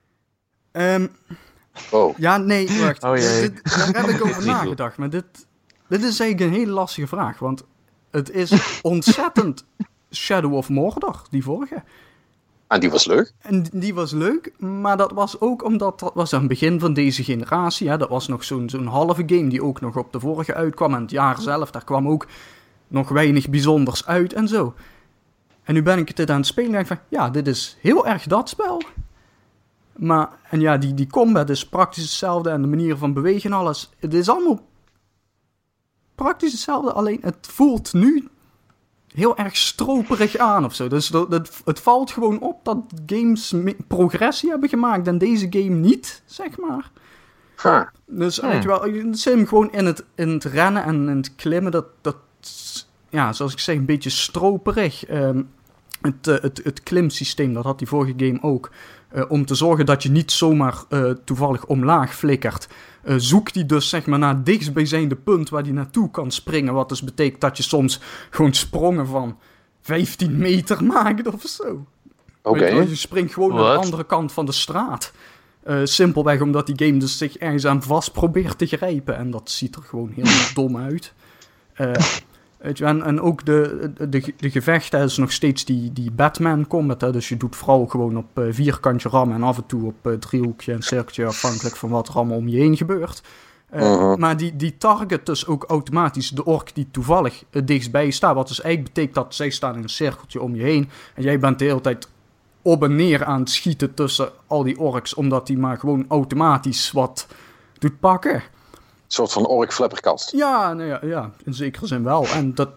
Um, oh. Ja, nee, wacht. Oh, dit, daar heb ik over nagedacht. Maar dit, dit is eigenlijk een hele lastige vraag. Want het is ontzettend... Shadow of Mordor, die vorige. En die was leuk. En die was leuk, maar dat was ook omdat dat was aan het begin van deze generatie. Hè, dat was nog zo'n, zo'n halve game die ook nog op de vorige uitkwam. En het jaar zelf, daar kwam ook nog weinig bijzonders uit en zo. En nu ben ik dit aan het spelen en denk van, ja, dit is heel erg dat spel. Maar, en ja, die, die combat is praktisch hetzelfde en de manier van bewegen en alles. Het is allemaal praktisch hetzelfde, alleen het voelt nu... heel erg stroperig aan of zo. Dus dat, dat, het valt gewoon op dat games me- progressie hebben gemaakt en deze game niet, zeg maar. Huh. Dus hmm. weet je wel, het zit hem gewoon in het, in het rennen en in het klimmen, dat, dat ja, zoals ik zeg, een beetje stroperig. Um, het, uh, het, het klimsysteem, dat had die vorige game ook. Uh, om te zorgen dat je niet zomaar uh, toevallig omlaag flikkert. Uh, zoekt hij dus zeg maar naar het dichtstbijzijnde punt waar hij naartoe kan springen. Wat dus betekent dat je soms gewoon sprongen van vijftien meter maakt of zo. Oké. Okay. Je springt gewoon What? naar de andere kant van de straat. Uh, simpelweg omdat die game dus zich ergens aan vast probeert te grijpen. En dat ziet er gewoon heel dom uit. Uh, Weet je, en, en ook de, de, de gevechten is nog steeds die, die Batman combat. Hè? Dus je doet vooral gewoon op uh, vierkantje rammen en af en toe op uh, driehoekje en cirkeltje, afhankelijk van wat er allemaal om je heen gebeurt. Uh, uh-huh. Maar die, die target dus ook automatisch de ork die toevallig het dichtst bij je staat. Wat dus eigenlijk betekent dat zij staan in een cirkeltje om je heen. En jij bent de hele tijd op en neer aan het schieten tussen al die orks. Omdat die maar gewoon automatisch wat doet pakken. Een soort van ork-flapperkast. Ja, nou ja, ja, in zekere zin wel. En dat...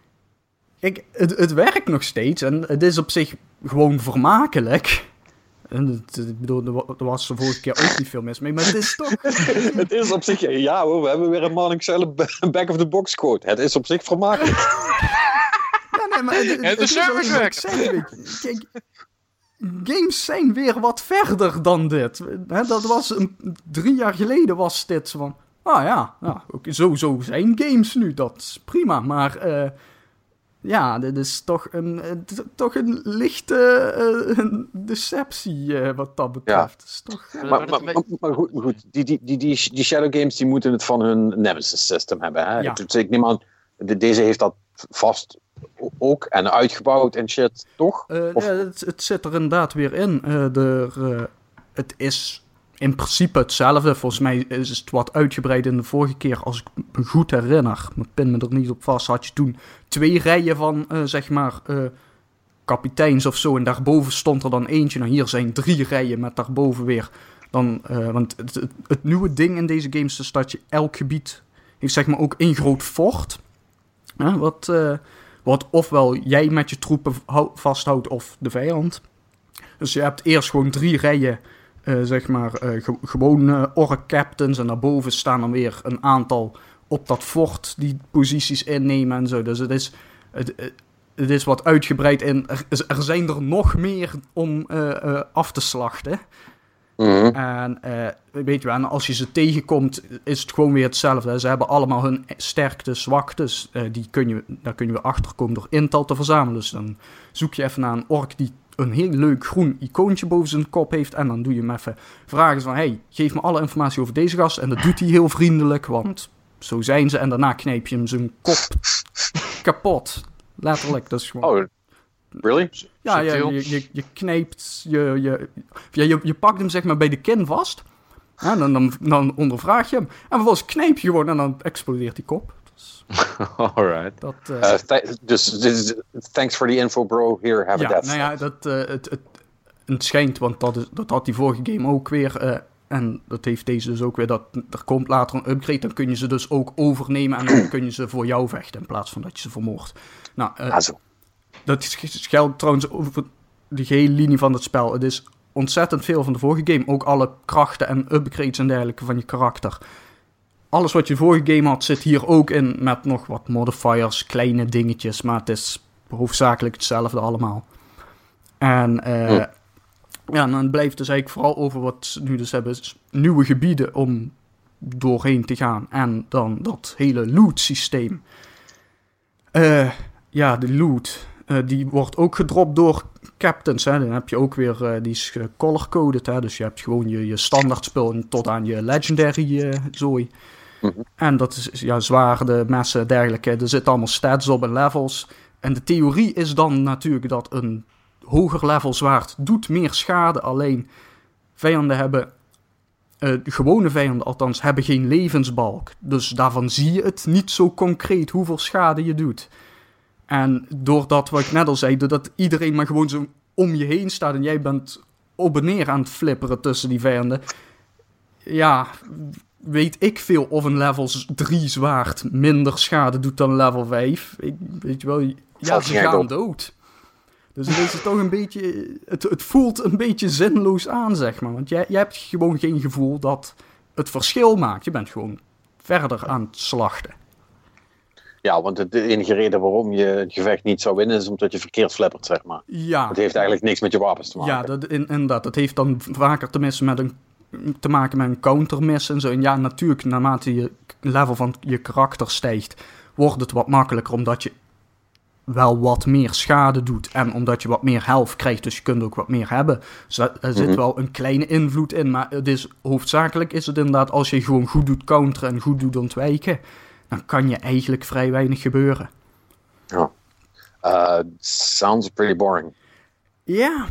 Ik, het, het werkt nog steeds. En het is op zich gewoon vermakelijk. En het, ik bedoel, er was de vorige keer ook niet veel mis mee, maar het is toch... Het is op zich... Ja hoor, we hebben weer een Marnik Zeile back-of-the-box quote. Het is op zich vermakelijk. Ja, nee, maar... Het, het, de service werkt. Kijk, games zijn weer wat verder dan dit. He, dat was een, drie jaar geleden was dit van... Ah ja, nou, okay, zo, zo zijn games nu, dat is prima. Maar uh, ja, dit is toch een, uh, toch een lichte uh, een deceptie uh, wat dat betreft. Ja. Is toch, uh... maar, maar, maar, maar goed, goed. Die, die, die, die, die Shadow Games die moeten het van hun Nemesis system hebben. Hè? Ja. Dus ik neem aan, de, deze heeft dat vast ook en uitgebouwd en shit, toch? Uh, ja, het, het zit er inderdaad weer in. Uh, de, uh, het is... in principe hetzelfde. Volgens mij is het wat uitgebreid in de vorige keer. Als ik me goed herinner, maar pin me er niet op vast, had je toen twee rijen van, uh, zeg maar, uh, kapiteins of zo. En daarboven stond er dan eentje. Nou, hier zijn drie rijen met daarboven weer. Dan, uh, want het, het, het nieuwe ding in deze games is dat je elk gebied heeft, zeg maar, ook één groot fort. Uh, wat, uh, wat ofwel jij met je troepen hou, vasthoudt of de vijand. Dus je hebt eerst gewoon drie rijen. Uh, zeg maar, uh, ge- gewoon uh, ork-captains. En daarboven staan dan weer een aantal op dat fort die posities innemen en zo. Dus het is, het, het is wat uitgebreid en er, er zijn er nog meer om uh, uh, af te slachten. Mm-hmm. En uh, weet je wel, als je ze tegenkomt, is het gewoon weer hetzelfde. Ze hebben allemaal hun sterktes, zwaktes. Uh, die kun je, daar kun je weer achterkomen door intel te verzamelen. Dus dan zoek je even naar een ork die een heel leuk groen icoontje boven zijn kop heeft. En dan doe je hem even vragen van... Hey, geef me alle informatie over deze gast. En dat doet hij heel vriendelijk, want zo zijn ze. En daarna knijp je hem zijn kop kapot. Letterlijk, dat is gewoon... Oh, really? Ja, ja je, je, je knijpt... Je, je, ja, je, je pakt hem zeg maar bij de kin vast. En dan, dan, dan ondervraag je hem. En vervolgens knijp je gewoon en dan explodeert die kop. Alright. Dat, uh, uh, th- dus, dus thanks for the info, bro. Here, have ja, a death. Nou ja, dat, uh, het, het, het schijnt, want dat, is, dat had die vorige game ook weer. Uh, en dat heeft deze dus ook weer. Dat, er komt later een upgrade, dan kun je ze dus ook overnemen. En dan kun je ze voor jou vechten in plaats van dat je ze vermoordt. Nou, uh, ah, zo. Dat geldt trouwens over de gehele linie van het spel. Het is ontzettend veel van de vorige game. Ook alle krachten en upgrades en dergelijke van je karakter. Alles wat je vorige game had, zit hier ook in met nog wat modifiers, kleine dingetjes, maar het is hoofdzakelijk hetzelfde allemaal. En uh, hm. ja, en dan blijft dus eigenlijk vooral over wat ze nu dus hebben, nieuwe gebieden om doorheen te gaan. En dan dat hele loot systeem. Uh, ja, de loot, uh, die wordt ook gedropt door captains. Hè. Dan heb je ook weer, uh, die is color-coded. Hè. Dus je hebt gewoon je, je standaard spul tot aan je legendary uh, zooi. Mm-hmm. En dat is ja, zwaarden, messen, dergelijke. Er zitten allemaal stats op en levels. En de theorie is dan natuurlijk dat een hoger level zwaard doet meer schade. Alleen vijanden hebben, uh, gewone vijanden althans, hebben geen levensbalk. Dus daarvan zie je het niet zo concreet hoeveel schade je doet. En doordat, wat ik net al zei, dat iedereen maar gewoon zo om je heen staat en jij bent op en neer aan het flipperen tussen die vijanden. Ja, weet ik veel of een level drie zwaard minder schade doet dan level vijf. Ik, weet je wel, ja, ze gaan dood. Dus het is toch een beetje, het, het voelt een beetje zinloos aan, zeg maar. Want jij, jij hebt gewoon geen gevoel dat het verschil maakt. Je bent gewoon verder aan het slachten. Ja, want de enige reden waarom je het gevecht niet zou winnen is omdat je verkeerd flippert, zeg maar. Ja. Het heeft eigenlijk niks met je wapens te maken. Ja, dat, inderdaad. Dat heeft dan vaker tenminste met een, te maken met een countermiss en zo. En ja, natuurlijk, naarmate je level van je karakter stijgt, wordt het wat makkelijker, omdat je wel wat meer schade doet en omdat je wat meer health krijgt, dus je kunt ook wat meer hebben. Dus er zit mm-hmm. wel een kleine invloed in, maar het is, hoofdzakelijk is het inderdaad, als je gewoon goed doet counteren en goed doet ontwijken, dan kan je eigenlijk vrij weinig gebeuren. Oh. Uh, sounds pretty boring. Ja,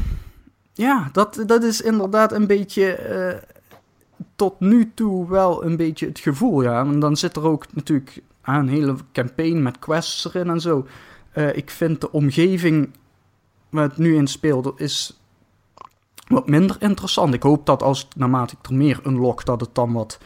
ja dat, dat is inderdaad een beetje uh, tot nu toe wel een beetje het gevoel, ja. En dan zit er ook natuurlijk een hele campaign met quests erin en zo. Uh, ik vind de omgeving waar het nu in speelt, is wat minder interessant. Ik hoop dat als naarmate ik er meer unlock, dat het dan wat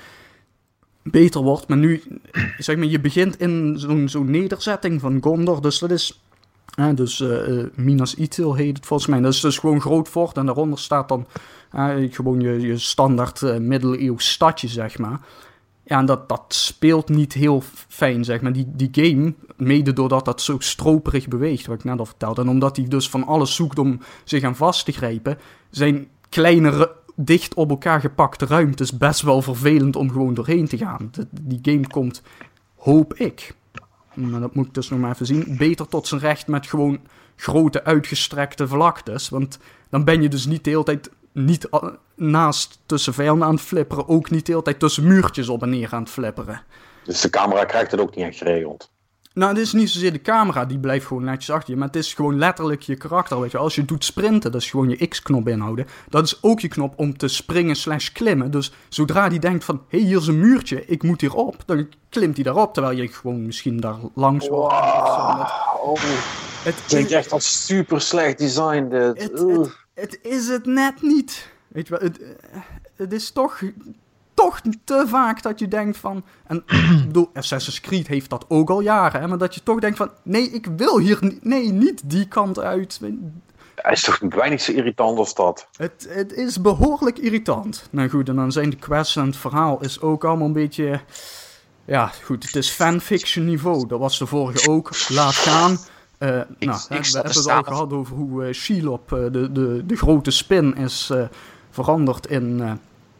beter wordt. Maar nu, zeg maar, je begint in zo'n, zo'n nederzetting van Gondor, dus dat is... Uh, dus uh, Minas Ithil heet het volgens mij. Dat is dus gewoon groot fort en daaronder staat dan uh, gewoon je, je standaard uh, middeleeuws stadje, zeg maar. Ja, en dat, dat speelt niet heel fijn, zeg maar. Die, die game, mede doordat dat zo stroperig beweegt, wat ik net al vertelde. En omdat hij dus van alles zoekt om zich aan vast te grijpen, zijn kleinere, dicht op elkaar gepakte ruimtes best wel vervelend om gewoon doorheen te gaan. De, die game komt, hoop ik... Maar dat moet ik dus nog maar even zien. Beter tot zijn recht met gewoon grote uitgestrekte vlaktes. Want dan ben je dus niet de hele tijd niet naast tussen vijanden aan het flipperen. Ook niet de hele tijd tussen muurtjes op en neer aan het flipperen. Dus de camera krijgt het ook niet echt geregeld? Nou, het is niet zozeer de camera, die blijft gewoon netjes achter je. Maar het is gewoon letterlijk je karakter, weet je. Als je doet sprinten, dat is gewoon je X-knop inhouden. Dat is ook je knop om te springen slash klimmen. Dus zodra die denkt van, hé, hey, hier is een muurtje, ik moet hierop. Dan klimt hij daarop, terwijl je gewoon misschien daar langs wordt. Wow. Oh. Het klinkt echt als super slecht design. Dit. Het, het, het is het net niet. Weet je wel, het, het is toch... toch te vaak dat je denkt van... En ik bedoel, Assassin's Creed heeft dat ook al jaren, hè, maar dat je toch denkt van... Nee, ik wil hier niet... Nee, niet die kant uit. Hij is toch weinig zo irritant als dat? Het, het is behoorlijk irritant. Nou goed, en dan zijn de quests en het verhaal is ook allemaal een beetje... Ja, goed, het is fanfiction niveau. Dat was de vorige ook. Laat gaan. Uh, nou, ik, hè, ik we hebben het al gehad over hoe uh, Shelob, uh, de, de, de grote spin, is uh, veranderd in... Uh,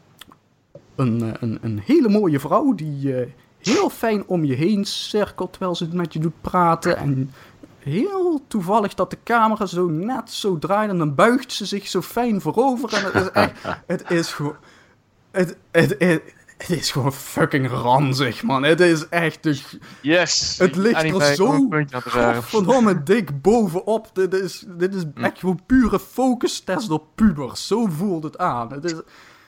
Een, een, een hele mooie vrouw die uh, heel fijn om je heen cirkelt terwijl ze met je doet praten. En heel toevallig dat de camera zo net zo draait en dan buigt ze zich zo fijn voorover. En het is echt, het is gewoon, het, het, het, het is gewoon fucking ranzig, man. Het is echt, de, yes. Het ligt er zo verdomme dik bovenop. Dit is, dit is echt gewoon pure focustest op pubers. Zo voelt het aan. Het is...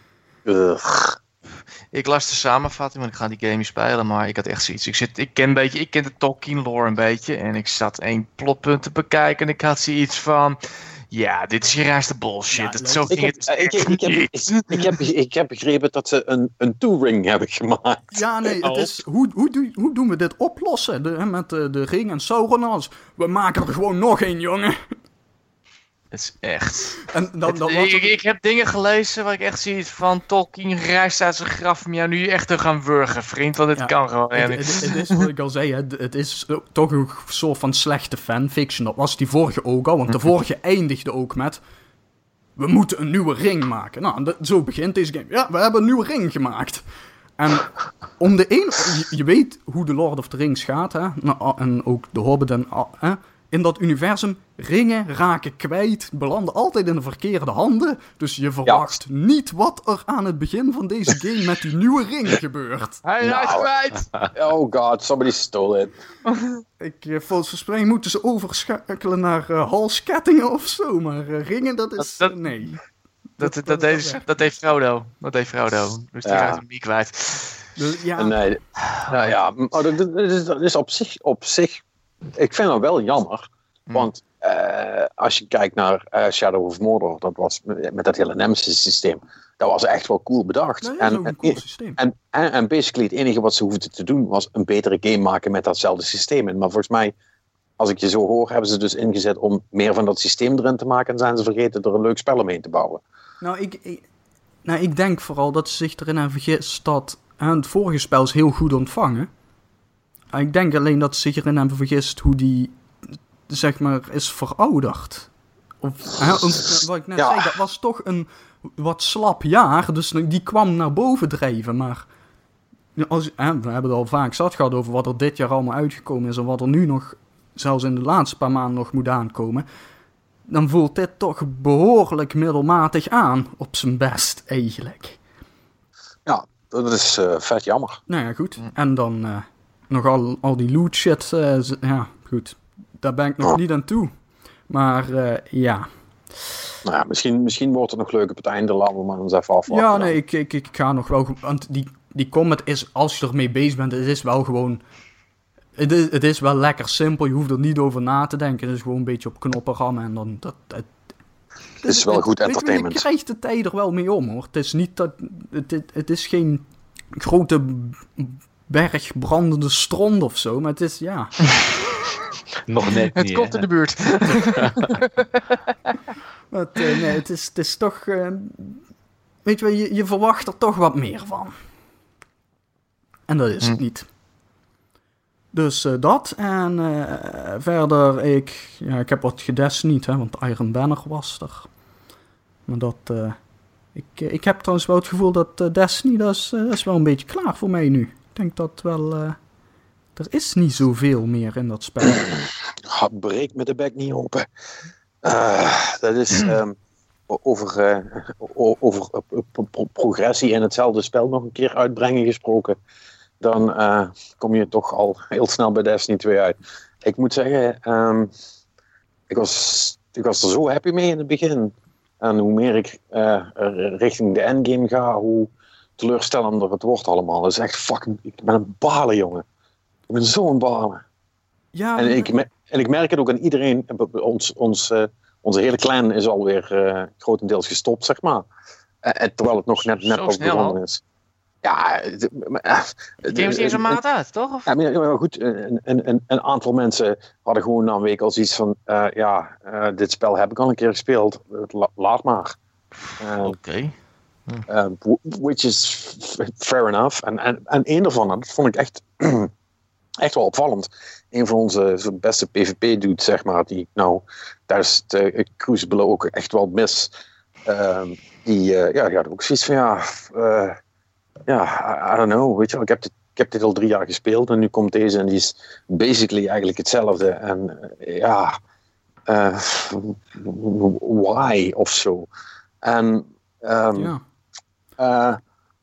Ugh. Ik las de samenvatting, want ik ga die game niet spelen, maar ik had echt zoiets. Ik, zit, ik, ken, een beetje, ik ken de Tolkien lore een beetje en ik zat één plotpunt te bekijken en ik had zoiets van... Ja, dit is gereisde bullshit. Ja, het, zo ging ik, heb, het ik, ik, heb, ik, ik, heb, ik heb begrepen dat ze een, een two-ring hebben gemaakt. Ja, nee, het is, hoe, hoe, doe, hoe doen we dit oplossen? De, met de, de ring en Sauron en alles. We maken er gewoon nog één, jongen. Het is echt... En dan, het, dan ik, ik, ik heb dingen gelezen waar ik echt zie van Tolkien reist uit zijn graf om jou nu echt te gaan wurgen, vriend. Want dit ja, kan gewoon. Het, het, het is wat ik al zei, het, het is toch een soort van slechte fanfiction. Dat was die vorige ook al, want de vorige eindigde ook met... We moeten een nieuwe ring maken. Nou, de, zo begint deze game. Ja, we hebben een nieuwe ring gemaakt. En om de een... Je, je weet hoe de Lord of the Rings gaat, hè? Nou, en ook de Hobbit en... Hè? In dat universum, ringen raken kwijt, belanden altijd in de verkeerde handen. Dus je verwacht ja. niet wat er aan het begin van deze game met die nieuwe ring gebeurt. Hij nou, is kwijt! Oh god, somebody stole it. Ik, volgens mij moeten ze overschakelen naar uh, halskettingen of zo, maar uh, ringen, dat is... Dat, dat, nee. Dat, dat, dat, dat, deed, dat, dat deed Frodo. Dat deed Frodo. Dus die ja. gaat hem niet kwijt. Dus, ja. Nee, nou ja, oh, dat, dat, is, dat is op zich... Op zich ik vind dat wel jammer, want uh, als je kijkt naar uh, Shadow of Mordor, dat was met, met dat hele Nemesis systeem, dat was echt wel cool bedacht. Nee, dat is ook een cool systeem. En, en, en basically het enige wat ze hoefden te doen was een betere game maken met datzelfde systeem. Maar volgens mij, als ik je zo hoor, hebben ze dus ingezet om meer van dat systeem erin te maken en zijn ze vergeten er een leuk spel omheen te bouwen. Nou, ik, ik, nou, ik denk vooral dat ze zich erin hebben vergist dat uh, het vorige spel is heel goed ontvangen. Ik denk alleen dat ze zich erin hebben vergist hoe die, zeg maar, is verouderd. Of, hè, wat ik net ja. zei, dat was toch een wat slap jaar, dus die kwam naar boven drijven. Maar als, hè, we hebben het al vaak zat gehad over wat er dit jaar allemaal uitgekomen is en wat er nu nog, zelfs in de laatste paar maanden nog moet aankomen. Dan voelt dit toch behoorlijk middelmatig aan, op zijn best eigenlijk. Ja, dat is uh, vet jammer. Nou ja, goed. En dan... Uh, Nog al, al die loot shit, uh, ja, goed. daar ben ik nog oh. niet aan toe. Maar uh, ja... Nou ja, misschien, misschien wordt het nog leuk op het einde. Laten we maar eens even afwachten. Ja, nee, ik, ik, ik ga nog wel... Want die, die combat is, als je ermee bezig bent, het is wel gewoon... Het is, het is wel lekker simpel. Je hoeft er niet over na te denken. Het is gewoon een beetje op knoppen rammen en dan... Dat, het, het is wel het, goed entertainment. Je krijgt de tijd er wel mee om, hoor. Het is niet dat... Het, het, het is geen grote berg brandende stront of zo, maar het is, ja... Nog net Het niet, komt hè? in de buurt. Maar het, uh, nee, het, is, het is toch... Uh, weet je wel, je, je verwacht er toch wat meer van. En dat is hm. het niet. Dus uh, dat. En uh, verder, ik... Ja, ik heb wat gedesnied, hè, want Iron Banner was er. Maar dat... Uh, ik, ik heb trouwens wel het gevoel dat uh, Destiny, dat is, uh, dat is wel een beetje klaar voor mij nu. Ik denk dat wel... Uh, er is niet zoveel meer in dat spel. Breek me de bek niet open. Uh, dat is um, over, uh, over uh, pro- progressie in hetzelfde spel nog een keer uitbrengen gesproken. Dan uh, kom je toch al heel snel bij Destiny twee uit. Ik moet zeggen, um, ik, was, ik was er zo happy mee in het begin. En hoe meer ik uh, richting de endgame ga, hoe teleurstellender het wordt allemaal. Dat is echt fucking... Ik ben een balen, jongen. Ik ben zo'n balen. Ja, en, ik, en ik merk het ook aan iedereen. Ons, ons, uh, onze hele clan is alweer uh, grotendeels gestopt, zeg maar. Uh, terwijl het nog net, net pas begonnen is. Ja, het game is eerst een maand uit, toch? Of? Ja, maar goed, een, een, een aantal mensen hadden gewoon na een week al zoiets van... Uh, ja, uh, dit spel heb ik al een keer gespeeld. La, laat maar. Uh, Oké. Okay. Uh, which is fair enough. En, en, en één daarvan, dat vond ik echt... Echt wel opvallend. Een van onze beste P V P-dudes, zeg maar, die nou tijdens het uh, Crucible ook echt wel mis. Uh, die, uh, ja, die had ook zoiets van, ja, uh, ja, I, I don't know, weet je wel, ik heb, dit, ik heb dit al drie jaar gespeeld en nu komt deze en die is basically eigenlijk hetzelfde. En uh, ja, uh, why of zo. En, um, ja. uh,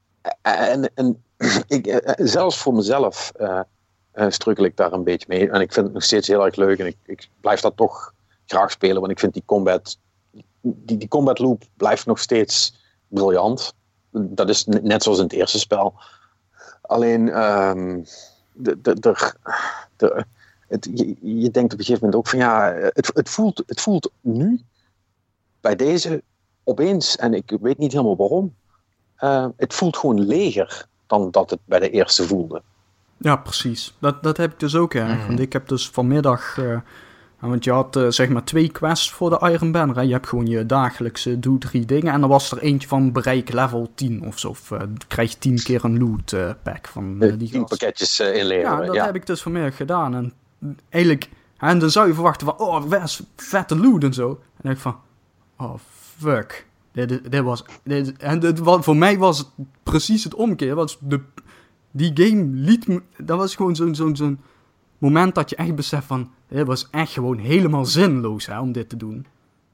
en, en ik, uh, zelfs voor mezelf... Uh, Uh, strukkel ik daar een beetje mee. En ik vind het nog steeds heel erg leuk. En ik, ik blijf dat toch graag spelen. Want ik vind die combat... Die, die combat loop blijft nog steeds briljant. Dat is net zoals in het eerste spel. Alleen... Um, de, de, de, de, het, je, je denkt op een gegeven moment ook van... Ja, het, het, voelt, het voelt nu... Bij deze opeens... En ik weet niet helemaal waarom... Uh, het voelt gewoon leger... Dan dat het bij de eerste voelde. Ja, precies. Dat, dat heb ik dus ook erg. Mm. Want ik heb dus vanmiddag... Uh, want je had uh, zeg maar twee quests voor de Iron Banner. Hè. Je hebt gewoon je dagelijkse doe drie dingen. En er was er eentje van bereik level tien of zo. Of uh, krijg je tien keer een loot uh, pack van uh, die tien pakketjes uh, inleveren. Ja, dat ja. heb ik dus vanmiddag gedaan. En eigenlijk... En dan zou je verwachten van... Oh, best vette loot en zo. En dan denk ik van... Oh, fuck. Dit, dit was... Dit, en dit, wat, voor mij was het precies het omkeer. Was de... Die game liet me... Dat was gewoon zo'n, zo'n, zo'n moment dat je echt beseft van... Het was echt gewoon helemaal zinloos, hè, om dit te doen.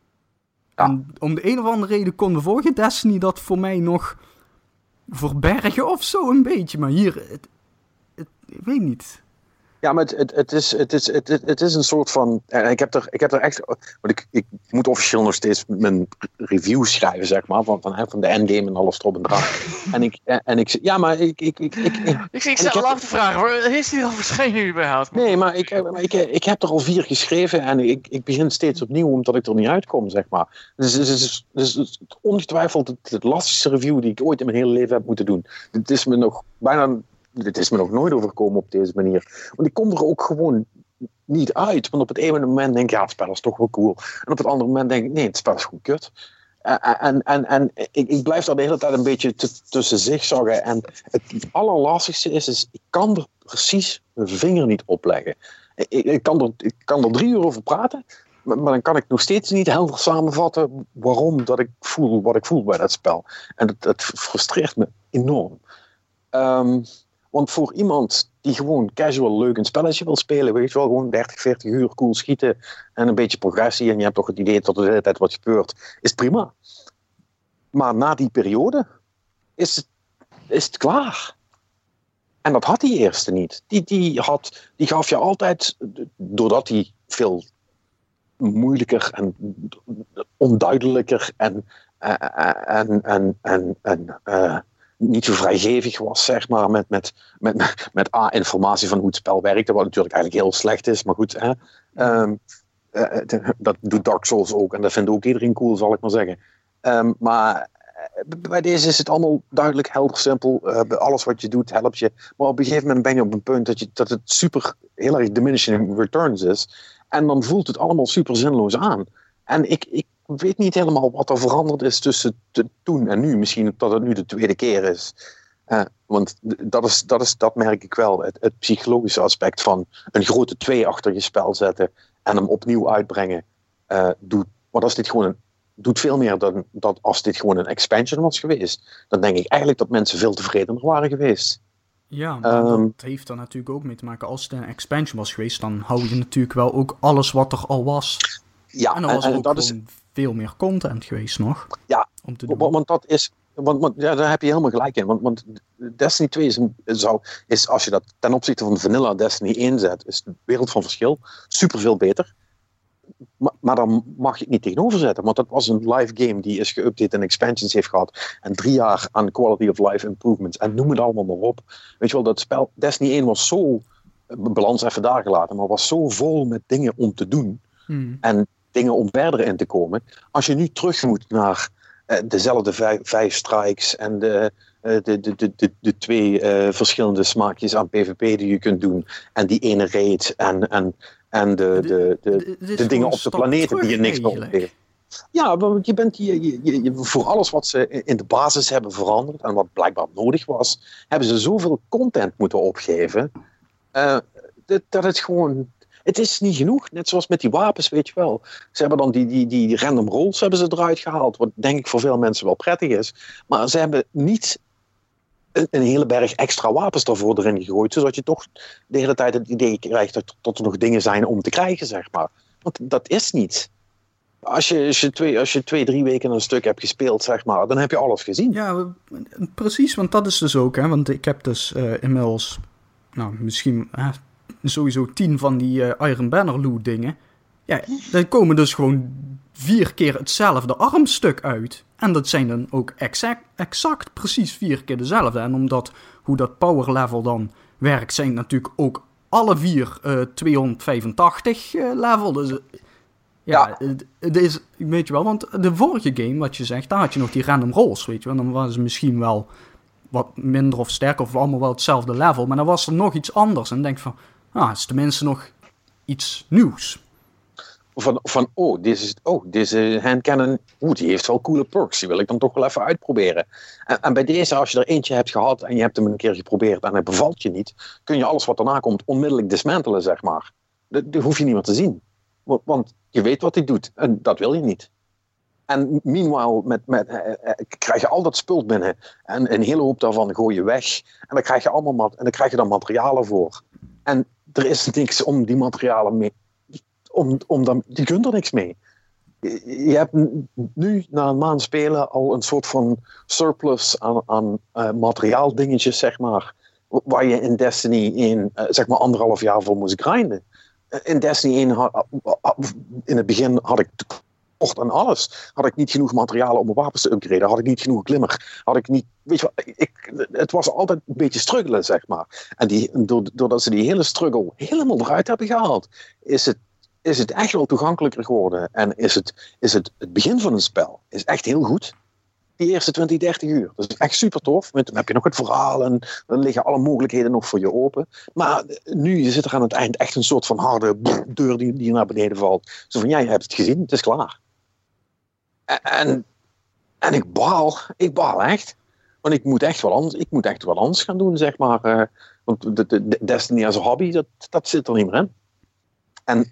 Ja. En om de een of andere reden kon de vorige Destiny dat voor mij nog verbergen of zo een beetje. Maar hier... Het, het, ik weet niet... Ja, maar het, het, het, is, het, is, het, het is een soort van... Ik heb er, ik heb er echt... Want ik, ik moet officieel nog steeds mijn review schrijven, zeg maar. Van, van, van de endgame en alles erop en eraan. en ik... En ik ja, maar ik... Ik, ik, ik, ik, ik, ik stel af te vragen, is die al verschenen überhaupt? Nee, maar ik, maar ik, ik heb er al vier geschreven. En ik, ik begin steeds opnieuw, omdat ik er niet uitkom, zeg maar. Dus het is, dus, dus, ongetwijfeld het, het lastigste review die ik ooit in mijn hele leven heb moeten doen. Het is me nog bijna... Dit is me nog nooit overkomen op deze manier. Want ik kom er ook gewoon niet uit. Want op het ene moment denk ik, ja, het spel is toch wel cool. En op het andere moment denk ik, nee, het spel is gewoon kut. En, en, en, en ik, ik blijf daar de hele tijd een beetje t- tussen zigzaggen. En het allerlastigste is, is, ik kan er precies mijn vinger niet op leggen. Ik, ik, kan, er, ik kan er drie uur over praten. Maar, maar dan kan ik nog steeds niet helder samenvatten waarom dat ik voel wat ik voel bij dat spel. En het, het frustreert me enorm. Um, Want voor iemand die gewoon casual leuk een spelletje wil spelen, weet je wel, gewoon dertig, veertig uur cool schieten en een beetje progressie en je hebt toch het idee dat er de hele tijd wat gebeurt, is het prima. Maar na die periode is het, is het klaar. En dat had die eerste niet. Die, die, had, die gaf je altijd, doordat hij veel moeilijker en onduidelijker en, uh, en, en, en, en uh, niet zo vrijgevig was, zeg maar, met, met, met, met A, informatie van hoe het spel werkte, wat natuurlijk eigenlijk heel slecht is, maar goed, hè. Um, uh, dat doet Dark Souls ook en dat vindt ook iedereen cool, zal ik maar zeggen. Um, maar bij deze is het allemaal duidelijk, helder, simpel. Uh, alles wat je doet helpt je. Maar op een gegeven moment ben je op een punt dat, je, dat het super, heel erg diminishing returns is. En dan voelt het allemaal super zinloos aan. En ik, ik weet niet helemaal wat er veranderd is tussen te, toen en nu. Misschien dat het nu de tweede keer is. Uh, want dat, is, dat, is, dat merk ik wel. Het, het psychologische aspect van een grote twee achter je spel zetten en hem opnieuw uitbrengen. Uh, doet, maar als dit gewoon een doet veel meer dan dat als dit gewoon een expansion was geweest. Dan denk ik eigenlijk dat mensen veel tevredener waren geweest. Ja, maar um, dat heeft er natuurlijk ook mee te maken. Als het een expansion was geweest, dan hou je natuurlijk wel ook alles wat er al was. Ja, en dan was er en, ook dat gewoon is veel meer content geweest nog. Ja, om te doen. Want, want dat is... Want, want ja, daar heb je helemaal gelijk in. Want, want Destiny twee is, een, zou, is, als je dat ten opzichte van Vanilla Destiny één zet, is een wereld van verschil. Super veel beter. Maar, maar dan mag je het niet tegenover zetten. Want dat was een live game die is geüpdate en expansions heeft gehad. En drie jaar aan quality of life improvements. En noem het allemaal maar op. Weet je wel, dat spel Destiny één was zo... Balans even daar gelaten. Maar was zo vol met dingen om te doen. Hmm. En dingen om verder in te komen. Als je nu terug moet naar uh, dezelfde vijf, vijf strikes. En de, uh, de, de, de, de, de twee uh, verschillende smaakjes aan PvP die je kunt doen. En die ene raid. En... en En de, de, de, de, de dingen op de planeten die je niks meer opgeeft. Ja, want je bent je, je, je, voor alles wat ze in de basis hebben veranderd en wat blijkbaar nodig was, hebben ze zoveel content moeten opgeven. Uh, dat, dat het gewoon... Het is niet genoeg, net zoals met die wapens, weet je wel. Ze hebben dan die, die, die random rolls hebben ze eruit gehaald, wat denk ik voor veel mensen wel prettig is. Maar ze hebben niet een hele berg extra wapens daarvoor erin gegooid, zodat je toch de hele tijd het idee krijgt dat, dat er nog dingen zijn om te krijgen, zeg maar. Want dat is niet. Als je, als je, twee, als je twee, drie weken een stuk hebt gespeeld, zeg maar, dan heb je alles gezien. Ja, precies, want dat is dus ook, hè, want ik heb dus uh, inmiddels, nou, misschien uh, sowieso tien van die uh, Iron Banner loot dingen. Ja, er komen dus gewoon vier keer hetzelfde armstuk uit. En dat zijn dan ook exact, exact precies vier keer dezelfde. En omdat hoe dat power level dan werkt, zijn natuurlijk ook alle vier uh, tweehonderdvijfentachtig uh, level. Dus uh, ja, ja. Het, het is, weet je wel, want de vorige game, wat je zegt, daar had je nog die random rolls, weet je wel. Dan was het misschien wel wat minder of sterker of allemaal wel hetzelfde level. Maar dan was er nog iets anders. En dan denk je van, ah, het is tenminste nog iets nieuws. Van, van oh, deze, oh, deze handcannon, oeh, die heeft wel coole perks. Die wil ik dan toch wel even uitproberen. En, en bij deze, als je er eentje hebt gehad en je hebt hem een keer geprobeerd en hij bevalt je niet, kun je alles wat daarna komt onmiddellijk dismantelen, zeg maar. Dat, dat hoef je niet meer te zien. Want, want je weet wat hij doet en dat wil je niet. En meanwhile met, met, eh, eh, krijg je al dat spul binnen en een hele hoop daarvan gooi je weg. En dan krijg je, allemaal, en dan krijg je dan materialen voor. En er is niks om die materialen mee Om, om dan, je kunt er niks mee. Je hebt nu, na een maand spelen, al een soort van surplus aan, aan uh, materiaaldingetjes, zeg maar. Waar je in Destiny één, uh, zeg maar, anderhalf jaar voor moest grinden. Uh, in Destiny één, had, uh, in het begin had ik tekort aan alles. Had ik niet genoeg materialen om mijn wapens te upgraden. Had ik niet genoeg glimmer. Had ik niet, weet je wat, ik, het was altijd een beetje struggelen, zeg maar. En die, doordat ze die hele struggle helemaal eruit hebben gehaald, is het is het echt wel toegankelijker geworden. En is het, is het, het begin van een spel is echt heel goed. Die eerste twintig, dertig uur. Dat is echt super tof. Dan heb je nog het verhaal en dan liggen alle mogelijkheden nog voor je open. Maar nu zit er aan het eind echt een soort van harde deur die, die naar beneden valt. Zo van, ja, je hebt het gezien, het is klaar. En, en ik baal. Ik baal echt. Want ik moet echt wel anders, ik moet echt wel anders gaan doen, zeg maar. Uh, want de, de, de Destiny als hobby, dat, dat zit er niet meer in. En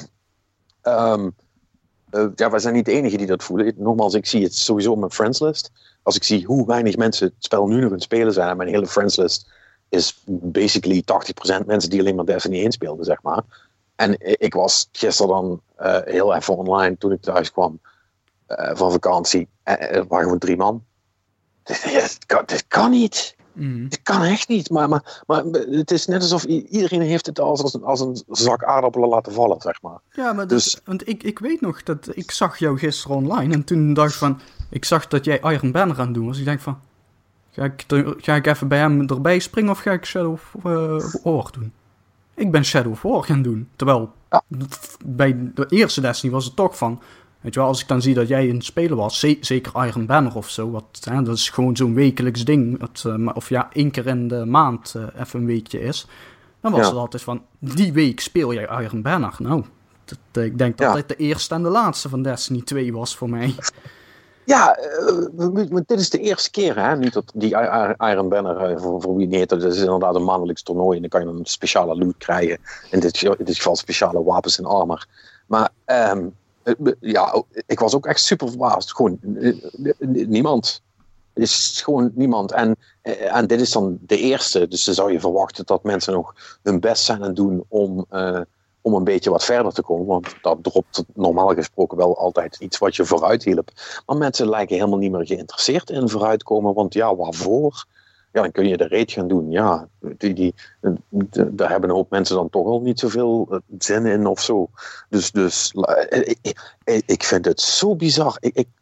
um, uh, ja, wij zijn niet de enigen die dat voelen. Nogmaals, ik zie het sowieso op mijn friendslist. Als ik zie hoe weinig mensen het spel nu nog aan het spelen zijn, en mijn hele friendslist is basically tachtig procent mensen die alleen maar Destiny één speelden, zeg maar. En ik was gisteren dan uh, heel even online toen ik thuis kwam uh, van vakantie. Uh, er waren gewoon drie man. Dit, dit, kan, dit kan niet. Mm. Het kan echt niet, maar, maar, maar het is net alsof i- iedereen heeft het als, als, een, als een zak aardappelen laten vallen, zeg maar. Ja, maar Dus- dus, want ik, ik weet nog dat ik zag jou gisteren online en toen dacht ik van, ik zag dat jij Iron Banner aan het doen was. Ik denk van, ga ik, er- ga ik even bij hem erbij springen of ga ik Shadow of uh, War doen? Ik ben Shadow of War gaan doen. Terwijl, Ja. bij de eerste Destiny was het toch van, weet je wel, als ik dan zie dat jij in het spelen was, ze- zeker Iron Banner of zo, wat, hè, dat is gewoon zo'n wekelijks ding, wat, uh, of ja, één keer in de maand uh, even een weekje is. Dan was Ja. het altijd van, die week speel jij Iron Banner. Nou, dat, uh, ik denk dat Ja. dit de eerste en de laatste van Destiny twee was voor mij. Ja, uh, dit is de eerste keer, hè? Niet dat die Iron Banner, uh, voor, voor wie niet, dat is inderdaad een maandelijks toernooi en dan kan je een speciale loot krijgen. In dit, in dit geval speciale wapens en armor. Maar um, ja, ik was ook echt super verbaasd. Gewoon niemand. Het is gewoon niemand. En, en dit is dan de eerste, dus dan zou je verwachten dat mensen nog hun best zijn aan het doen om... Uh, om een beetje wat verder te komen. Want dat dropt normaal gesproken wel altijd iets wat je vooruit hielp. Maar mensen lijken helemaal niet meer geïnteresseerd in vooruitkomen. Want ja, waarvoor? Ja, dan kun je de raid gaan doen. Ja, die, die, die, daar hebben een hoop mensen dan toch al niet zoveel zin in of zo. Dus, dus ik, ik, ik vind het zo bizar. Ik, ik,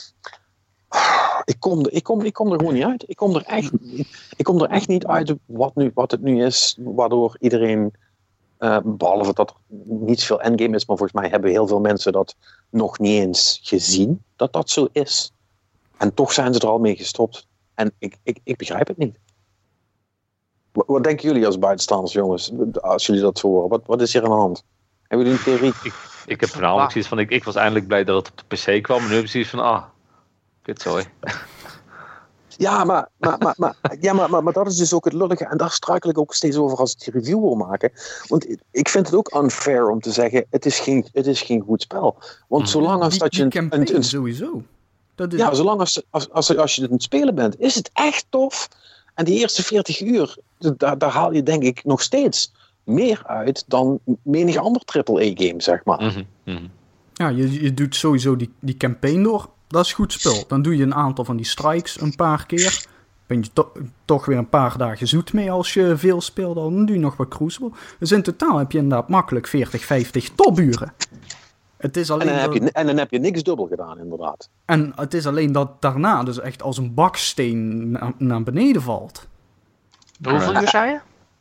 ik, kom er, ik, kom, ik kom er gewoon niet uit. Ik kom er echt, ik kom er echt niet uit wat, nu, wat het nu is. Waardoor iedereen... Uh, behalve dat er niet zoveel endgame is, maar volgens mij hebben heel veel mensen dat nog niet eens gezien, dat dat zo is. En toch zijn ze er al mee gestopt. En ik, ik, ik begrijp het niet. Wat, wat denken jullie als buitenstaanders, jongens, als jullie dat zo horen? Wat, wat is hier aan de hand? Hebben jullie een theorie? Ik, ik heb voornamelijk zoiets van, ik, ik was eindelijk blij dat het op de P C kwam. En nu heb ik zoiets van, ah, kutzooi. Ja, maar, maar, maar, maar, ja maar, maar, maar dat is dus ook het lullige. En daar struikel ik ook steeds over als ik die review wil maken. Want ik vind het ook unfair om te zeggen, het is geen, het is geen goed spel. Want zolang als die, dat je... Die een, campaign een, een, sowieso. Dat is... Ja, zolang als, als, als, als je het aan het spelen bent, is het echt tof. En die eerste veertig uur, daar, daar haal je denk ik nog steeds meer uit dan menig ander triple A game, zeg maar. Mm-hmm, mm-hmm. Ja, je, je doet sowieso die, die campaign door. Dat is goed spul. Dan doe je een aantal van die strikes een paar keer. Ben je to- toch weer een paar dagen zoet mee als je veel speelt. Dan doe je nog wat Crucible. Dus in totaal heb je inderdaad makkelijk veertig, vijftig topuren. Het is alleen en, dan heb dat... je, en dan heb je niks dubbel gedaan, inderdaad. En het is alleen dat daarna dus echt als een baksteen na- naar beneden valt. Hoeveel uur zei je?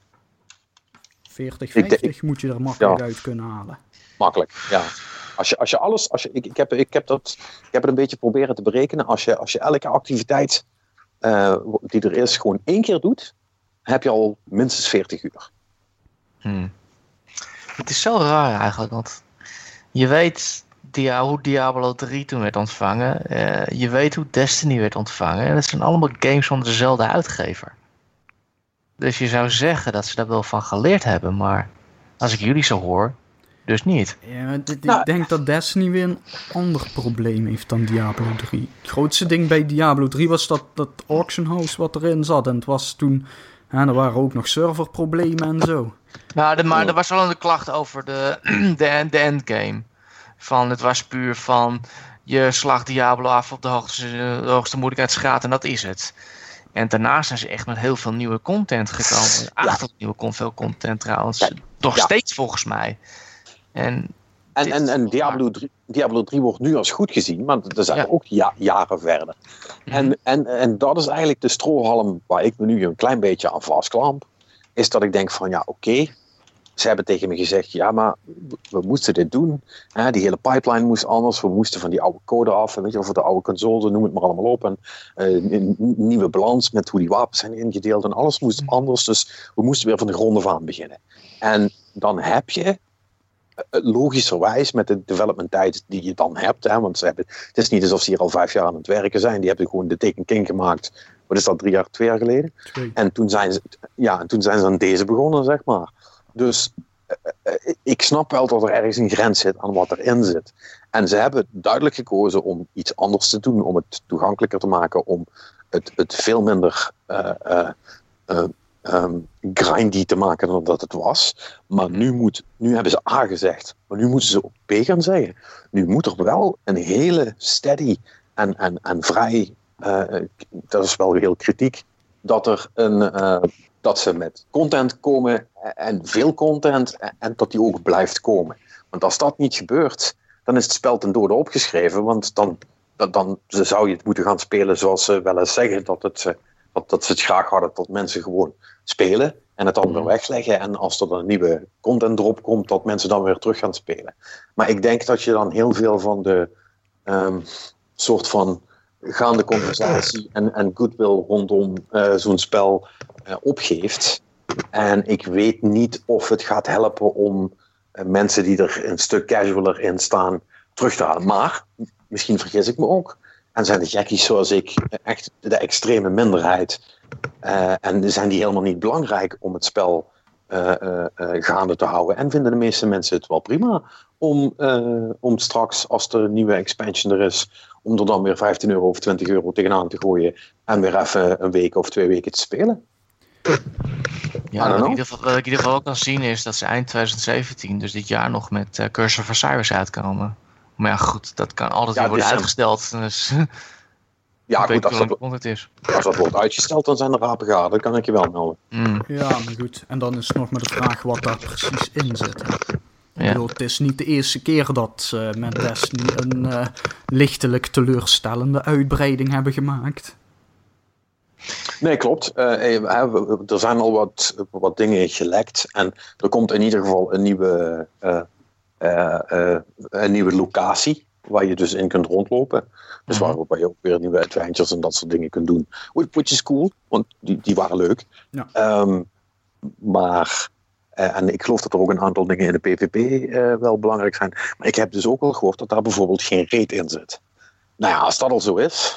veertig, Ik- vijftig ik- moet je er makkelijk ja. uit kunnen halen. Makkelijk, ja. Als je, als je alles, als je, ik, ik, heb, ik, heb dat, ik heb het een beetje proberen te berekenen. Als je, als je elke activiteit uh, die er is gewoon één keer doet, heb je al minstens veertig uur. Hmm. Het is zo raar eigenlijk, want je weet dia- hoe Diablo drie toen werd ontvangen. Uh, je weet hoe Destiny werd ontvangen. En dat zijn allemaal games van dezelfde uitgever. Dus je zou zeggen dat ze daar wel van geleerd hebben, maar als ik jullie zo hoor, dus niet. Ja, maar dit, Nou, ik denk dat Destiny weer een ander probleem heeft dan Diablo drie. Het grootste ding bij Diablo drie was dat, dat auction house wat erin zat. En het was toen... Ja, er waren ook nog serverproblemen en zo. Nou, de, maar er was wel een klacht over de, de, de endgame. Van, het was puur van... Je slaagt Diablo af op de hoogste, de hoogste moeilijkheidsgraad en dat is het. En daarna zijn ze echt met heel veel nieuwe content gekomen. Achtig ja. nieuwe veel content trouwens. Ja. Toch ja. steeds volgens mij. En, en, en, en Diablo, drie, Diablo drie wordt nu als goed gezien, maar dat zijn ja. ook ja, jaren verder. Mm-hmm. En, en, en dat is eigenlijk de strohalm waar ik me nu een klein beetje aan vastklamp. Is dat ik denk van ja, oké. Okay, ze hebben tegen me gezegd, ja, maar we moesten dit doen. Hè, die hele pipeline moest anders. We moesten van die oude code af. Weet je, of de oude console, noem het maar allemaal op. En uh, een nieuwe balans met hoe die wapens zijn ingedeeld. En alles moest anders. Dus we moesten weer van de grond af aan beginnen. En dan heb je, logischerwijs, met de development tijd die je dan hebt. Hè, want ze hebben, het is niet alsof ze hier al vijf jaar aan het werken zijn. Die hebben gewoon de Taken King gemaakt. Wat is dat, drie jaar, twee jaar geleden? Twee. En toen zijn ze, ja, en toen zijn ze aan deze begonnen, zeg maar. Dus uh, ik snap wel dat er ergens een grens zit aan wat erin zit. En ze hebben duidelijk gekozen om iets anders te doen, om het toegankelijker te maken, om het, het veel minder uh, uh, uh, um, grindy te maken dan dat het was. Maar nu, moet, nu hebben ze A gezegd, maar nu moeten ze ook B gaan zeggen. Nu moet er wel een hele steady en, en, en vrij, uh, dat is wel heel kritiek, dat er een... Uh, dat ze met content komen en veel content en dat die ook blijft komen. Want als dat niet gebeurt, dan is het spel ten dode opgeschreven, want dan, dan, dan zou je het moeten gaan spelen zoals ze wel eens zeggen, dat, het, dat, dat ze het graag hadden, dat mensen gewoon spelen en het dan weer wegleggen en als er een nieuwe content erop komt, dat mensen dan weer terug gaan spelen. Maar ik denk dat je dan heel veel van de um, soort van gaande conversatie en, en goodwill rondom uh, zo'n spel uh, opgeeft. En ik weet niet of het gaat helpen om uh, mensen die er een stuk casualer in staan terug te halen. Maar, misschien vergis ik me ook, en zijn de jackies zoals ik echt de extreme minderheid. Uh, en zijn die helemaal niet belangrijk om het spel uh, uh, uh, gaande te houden. En vinden de meeste mensen het wel prima om, uh, om straks, als er een nieuwe expansion er is, om er dan weer vijftien euro of twintig euro tegenaan te gooien en weer even een week of twee weken te spelen. Ja, wat ik, in ieder geval, wat ik in ieder geval ook kan zien is dat ze eind twintig zeventien, dus dit jaar nog met uh, Curse of Osiris uitkomen. Maar ja, goed, dat kan altijd ja, weer worden uitgesteld. Dus ja, goed, als dat, het is. als dat wordt uitgesteld, dan zijn er rapen gaten. Dat kan ik je wel melden. Mm. Ja, maar goed. En dan is het nog maar de vraag wat daar precies in zit. Ja. Bedoel, het is niet de eerste keer dat ze uh, met Destiny een uh, lichtelijk teleurstellende uitbreiding hebben gemaakt. Nee, klopt. Uh, er zijn al wat, wat dingen gelekt. En er komt in ieder geval een nieuwe, uh, uh, uh, een nieuwe locatie waar je dus in kunt rondlopen. Dus mm-hmm. waar je ook weer nieuwe adventures en dat soort dingen kunt doen. Which is cool, want die, die waren leuk. Ja. Um, maar... Uh, en ik geloof dat er ook een aantal dingen in de PvP uh, wel belangrijk zijn. Maar ik heb dus ook al gehoord dat daar bijvoorbeeld geen raid in zit. Nou ja, als dat al zo is...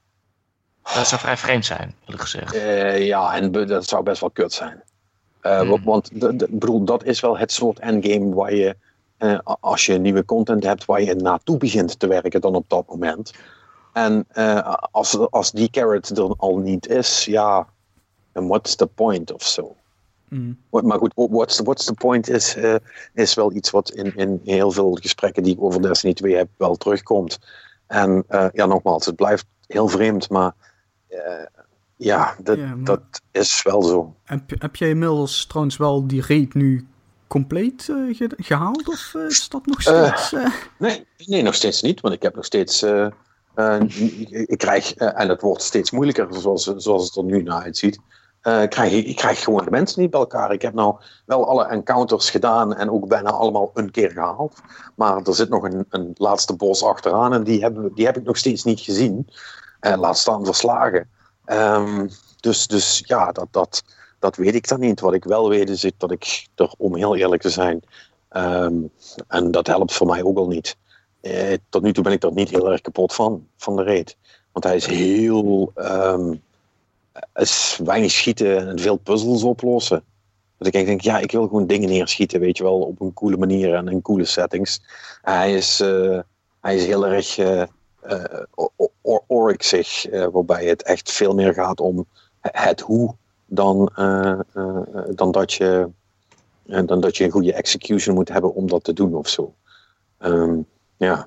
Dat zou vrij vreemd zijn, eerlijk gezegd. Uh, ja, en be- dat zou best wel kut zijn. Uh, hmm. Want de, de, bedoel, dat is wel het soort endgame waar je... Uh, als je nieuwe content hebt waar je naartoe begint te werken dan op dat moment. En uh, als, als die carrot er al niet is, ja... then what's the point of so? Mm. Maar goed, what's the, what's the point is, uh, is wel iets wat in, in heel veel gesprekken die ik over Destiny twee heb wel terugkomt. En uh, ja, nogmaals, het blijft heel vreemd, maar uh, ja, dat, ja maar... dat is wel zo. Heb, heb jij inmiddels trouwens wel die raid nu compleet uh, ge- gehaald of uh, is dat nog steeds? Uh... Uh... Nee, nee, nog steeds niet, want ik heb nog steeds... Uh, uh, ik krijg, uh, en het wordt steeds moeilijker zoals, zoals het er nu naar uitziet. Uh, krijg ik, ik krijg gewoon de mensen niet bij elkaar. Ik heb nou wel alle encounters gedaan en ook bijna allemaal een keer gehaald. Maar er zit nog een, een laatste bos achteraan en die, hebben, die heb ik nog steeds niet gezien. Uh, laat staan verslagen. Um, dus, dus ja, dat, dat, dat weet ik dan niet. Wat ik wel weet is dat ik er, om heel eerlijk te zijn, um, en dat helpt voor mij ook al niet. Uh, tot nu toe ben ik er niet heel erg kapot van, van de raid. Want hij is heel... Um, is weinig schieten en veel puzzels oplossen. Dus ik denk, ja, ik wil gewoon dingen neerschieten, weet je wel, op een coole manier en in coole settings. En hij is, uh, hij is heel erg uh, uh, Oryx-ig, uh, waarbij het echt veel meer gaat om het hoe dan, uh, uh, dan, dat je, uh, dan dat je een goede execution moet hebben om dat te doen of zo. Um, ja,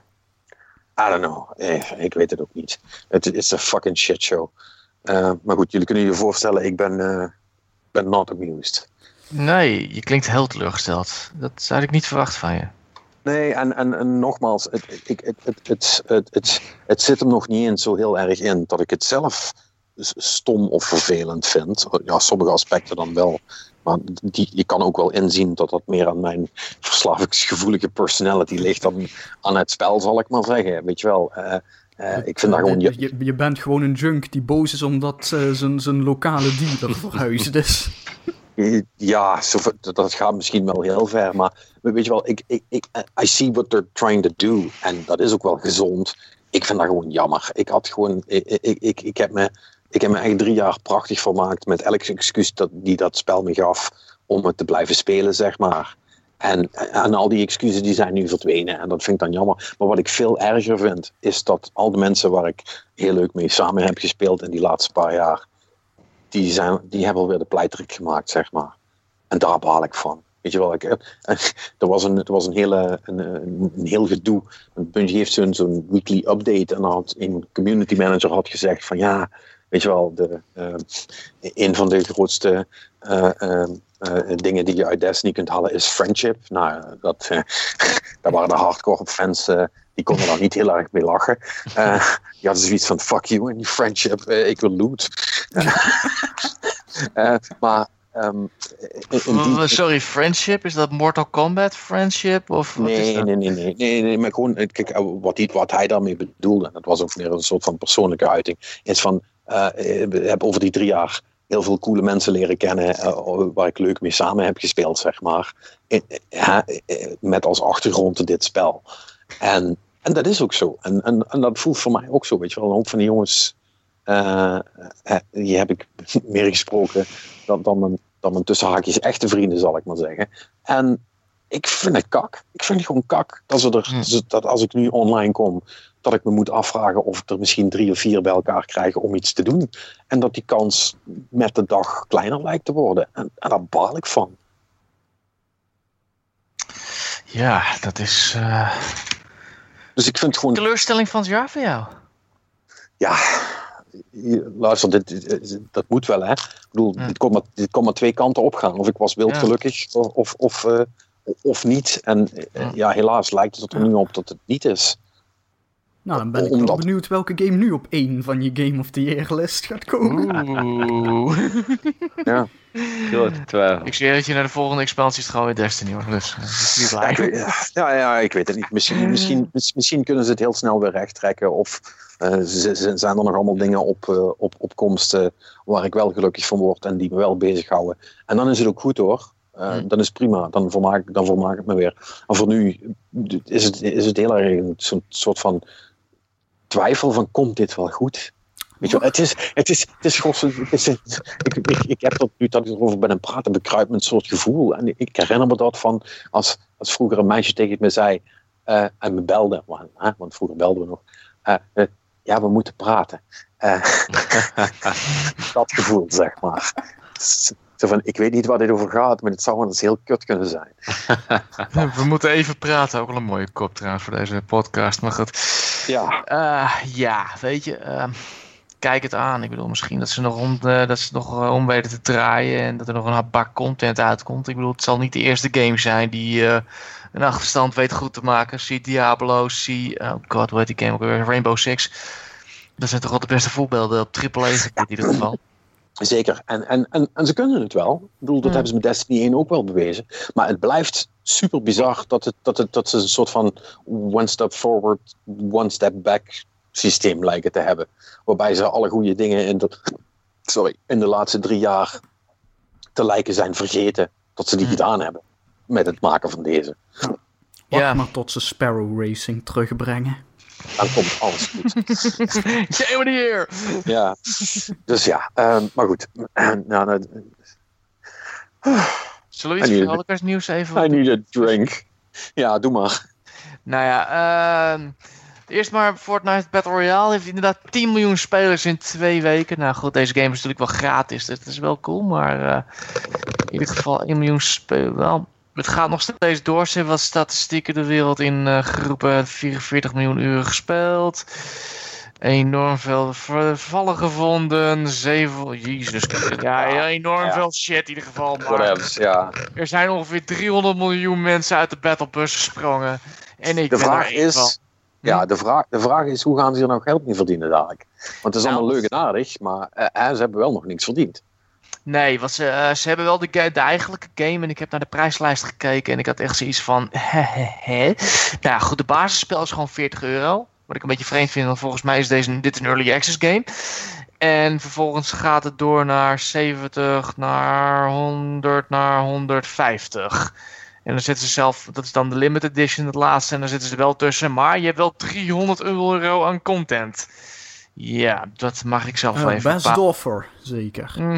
I don't know. Eh, ik weet het ook niet. Het is een fucking shitshow. Uh, maar goed, jullie kunnen je voorstellen, ik ben, uh, ben not amused. Nee, je klinkt heel teleurgesteld. Dat had ik niet verwacht van je. Nee, en, en, en nogmaals, het, ik, het, het, het, het, het, het zit hem nog niet eens zo heel erg in dat ik het zelf stom of vervelend vind. Ja, sommige aspecten dan wel. Maar die, je kan ook wel inzien dat dat meer aan mijn verslavingsgevoelige personality ligt dan aan het spel, zal ik maar zeggen. Weet je wel... Uh, Uh, ik vind dat gewoon... Je, je, je bent gewoon een junk die boos is omdat uh, zijn, zijn lokale dealer verhuisd is. Ja, zo, dat gaat misschien wel heel ver, maar weet je wel, ik, ik, ik, I see what they're trying to do. En dat is ook wel gezond. Ik vind dat gewoon jammer. Ik had gewoon... Ik, ik, ik, ik, heb, me, ik heb me echt drie jaar prachtig vermaakt met elk excuus dat, die dat spel me gaf om het te blijven spelen, zeg maar. En, en al die excuses die zijn nu verdwenen. En dat vind ik dan jammer. Maar wat ik veel erger vind, is dat al de mensen waar ik heel leuk mee samen heb gespeeld in die laatste paar jaar, die, zijn, die hebben alweer de pleitrik gemaakt, zeg maar. En daar baal ik van. Weet je wel, ik, er was een, er was een, hele, een, een, een heel gedoe. Bungie heeft zo'n, zo'n weekly update en had een community manager had gezegd van ja, weet je wel, de, uh, een van de grootste uh, uh, uh, dingen die je uit Destiny kunt halen is friendship. Nou, dat, uh, daar waren de hardcore fans, uh, die konden daar niet heel erg mee lachen. Uh, die hadden zoiets van, fuck you en die friendship, uh, ik wil loot. Uh, uh, maar... Um, in, in die... Sorry, friendship? Is dat Mortal Kombat friendship? Of wat nee, is dat? nee, nee, nee, nee, nee, maar gewoon, kijk, wat, die, wat hij daarmee bedoelde, dat was ook meer een soort van persoonlijke uiting, is van, uh, ik heb over die drie jaar heel veel coole mensen leren kennen, uh, waar ik leuk mee samen heb gespeeld, zeg maar, in, uh, met als achtergrond dit spel. En, en dat is ook zo. En, en, en dat voelt voor mij ook zo, weet je wel, een hoop van die jongens, Uh, uh, die heb ik meer gesproken dan, dan, mijn, dan mijn tussenhaakjes echte vrienden, zal ik maar zeggen. En ik vind het kak. Ik vind het gewoon kak dat, ze er, hmm. dat als ik nu online kom, dat ik me moet afvragen of ik er misschien drie of vier bij elkaar krijg om iets te doen. En dat die kans met de dag kleiner lijkt te worden. En, en daar baal ik van. Ja, dat is... Uh... Dus ik vind het gewoon... teleurstelling van het jaar voor jou? Ja... Luister, dit, dit, dat moet wel, hè. Ik bedoel, ja. dit, kon maar, dit kon maar twee kanten opgaan. Of ik was wild ja. gelukkig, of, of, uh, of niet. En ja. ja, helaas lijkt het er nu op dat het niet is. Nou, dan ben ik Omdat... wel benieuwd welke game nu op één van je Game of the Year list gaat komen. Oeh. Ja. Ik zweer dat je naar de volgende expansie is gewoon weer Destiny, hoor. Dus dat is niet ja, ik weet, ja, ja, ik weet het niet. Misschien, misschien, misschien kunnen ze het heel snel weer recht trekken. Of uh, z- z- zijn er nog allemaal dingen op, uh, op, op komst uh, waar ik wel gelukkig van word en die me wel bezighouden. En dan is het ook goed, hoor. Uh, hmm. Dan is het prima. Dan vermaak, dan vermaak ik me weer. Maar voor nu is het, is het heel erg zo'n soort van twijfel van, komt dit wel goed? Weet je wel, het is, het is, het is, het is, het is ik, ik, ik heb dat nu dat ik erover ben aan het praten, bekruipt met een soort gevoel. En ik herinner me dat van, als, als vroeger een meisje tegen me zei, uh, en me belde, want, hè, want vroeger belden we nog, uh, uh, ja, we moeten praten. Uh, dat gevoel, zeg maar. Zo van, ik weet niet waar dit over gaat, maar het zou wel eens heel kut kunnen zijn. We moeten even praten, ook wel een mooie kop trouwens voor deze podcast, maar goed. Ja, uh, ja weet je... Uh... Kijk het aan. Ik bedoel, misschien dat ze nog om, uh, dat ze nog uh, om weten te draaien en dat er nog een bak content uitkomt. Ik bedoel, het zal niet de eerste game zijn die uh, een achterstand weet goed te maken. Zie Diablo, zie, oh god, hoe heet die game ook weer? Rainbow Six. Dat zijn toch wel de beste voorbeelden op triple A in ieder geval. Zeker. En, en, en, en ze kunnen het wel. Ik bedoel, dat hmm. hebben ze met Destiny één ook wel bewezen. Maar het blijft super bizar dat, het, dat, het, dat ze een soort van one step forward, one step back systeem lijken te hebben. Waarbij ze alle goede dingen in de, sorry, in de laatste drie jaar te lijken zijn vergeten dat ze die hmm. gedaan hebben met het maken van deze. Wacht ja. maar tot ze Sparrow Racing terugbrengen. Dan komt alles goed. Game of the Year! Ja, dus ja, um, maar goed. nou, nou, Zullen we iets vrolijkers nieuws even... I need a drink. Ja, doe maar. Nou ja, uh, eerst maar Fortnite Battle Royale heeft inderdaad tien miljoen spelers in twee weken. Nou goed, deze game is natuurlijk wel gratis, dus dat is wel cool. Maar uh, in ieder geval één miljoen spelers. Wel, het gaat nog steeds door. Ze hebben wat statistieken de wereld in uh, geroepen. vierenveertig miljoen uren gespeeld. Enorm veel vallen gevonden. Zeven... Jezus. Ja, enorm ja. veel shit in ieder geval. Maar ja. Er zijn ongeveer driehonderd miljoen mensen uit de Battle Bus gesprongen. En ik de ben vraag er is... van. Ja, de vraag, de vraag is, hoe gaan ze hier nou geld mee verdienen dadelijk? Want het is allemaal leuk en aardig, maar uh, ze hebben wel nog niks verdiend. Nee, want ze, uh, ze hebben wel de, de eigenlijke game en ik heb naar de prijslijst gekeken en ik had echt zoiets van... Hehehe. Nou goed, de basisspel is gewoon veertig euro. Wat ik een beetje vreemd vind, want volgens mij is deze, dit een early access game. En vervolgens gaat het door naar zeventig, naar honderd, naar honderdvijftig. En dan zitten ze zelf, dat is dan de limited edition, het laatste. En dan zitten ze er wel tussen. Maar je hebt wel driehonderd euro aan content. Ja, dat mag ik zelf wel uh, even best offer, zeker. Mm-hmm.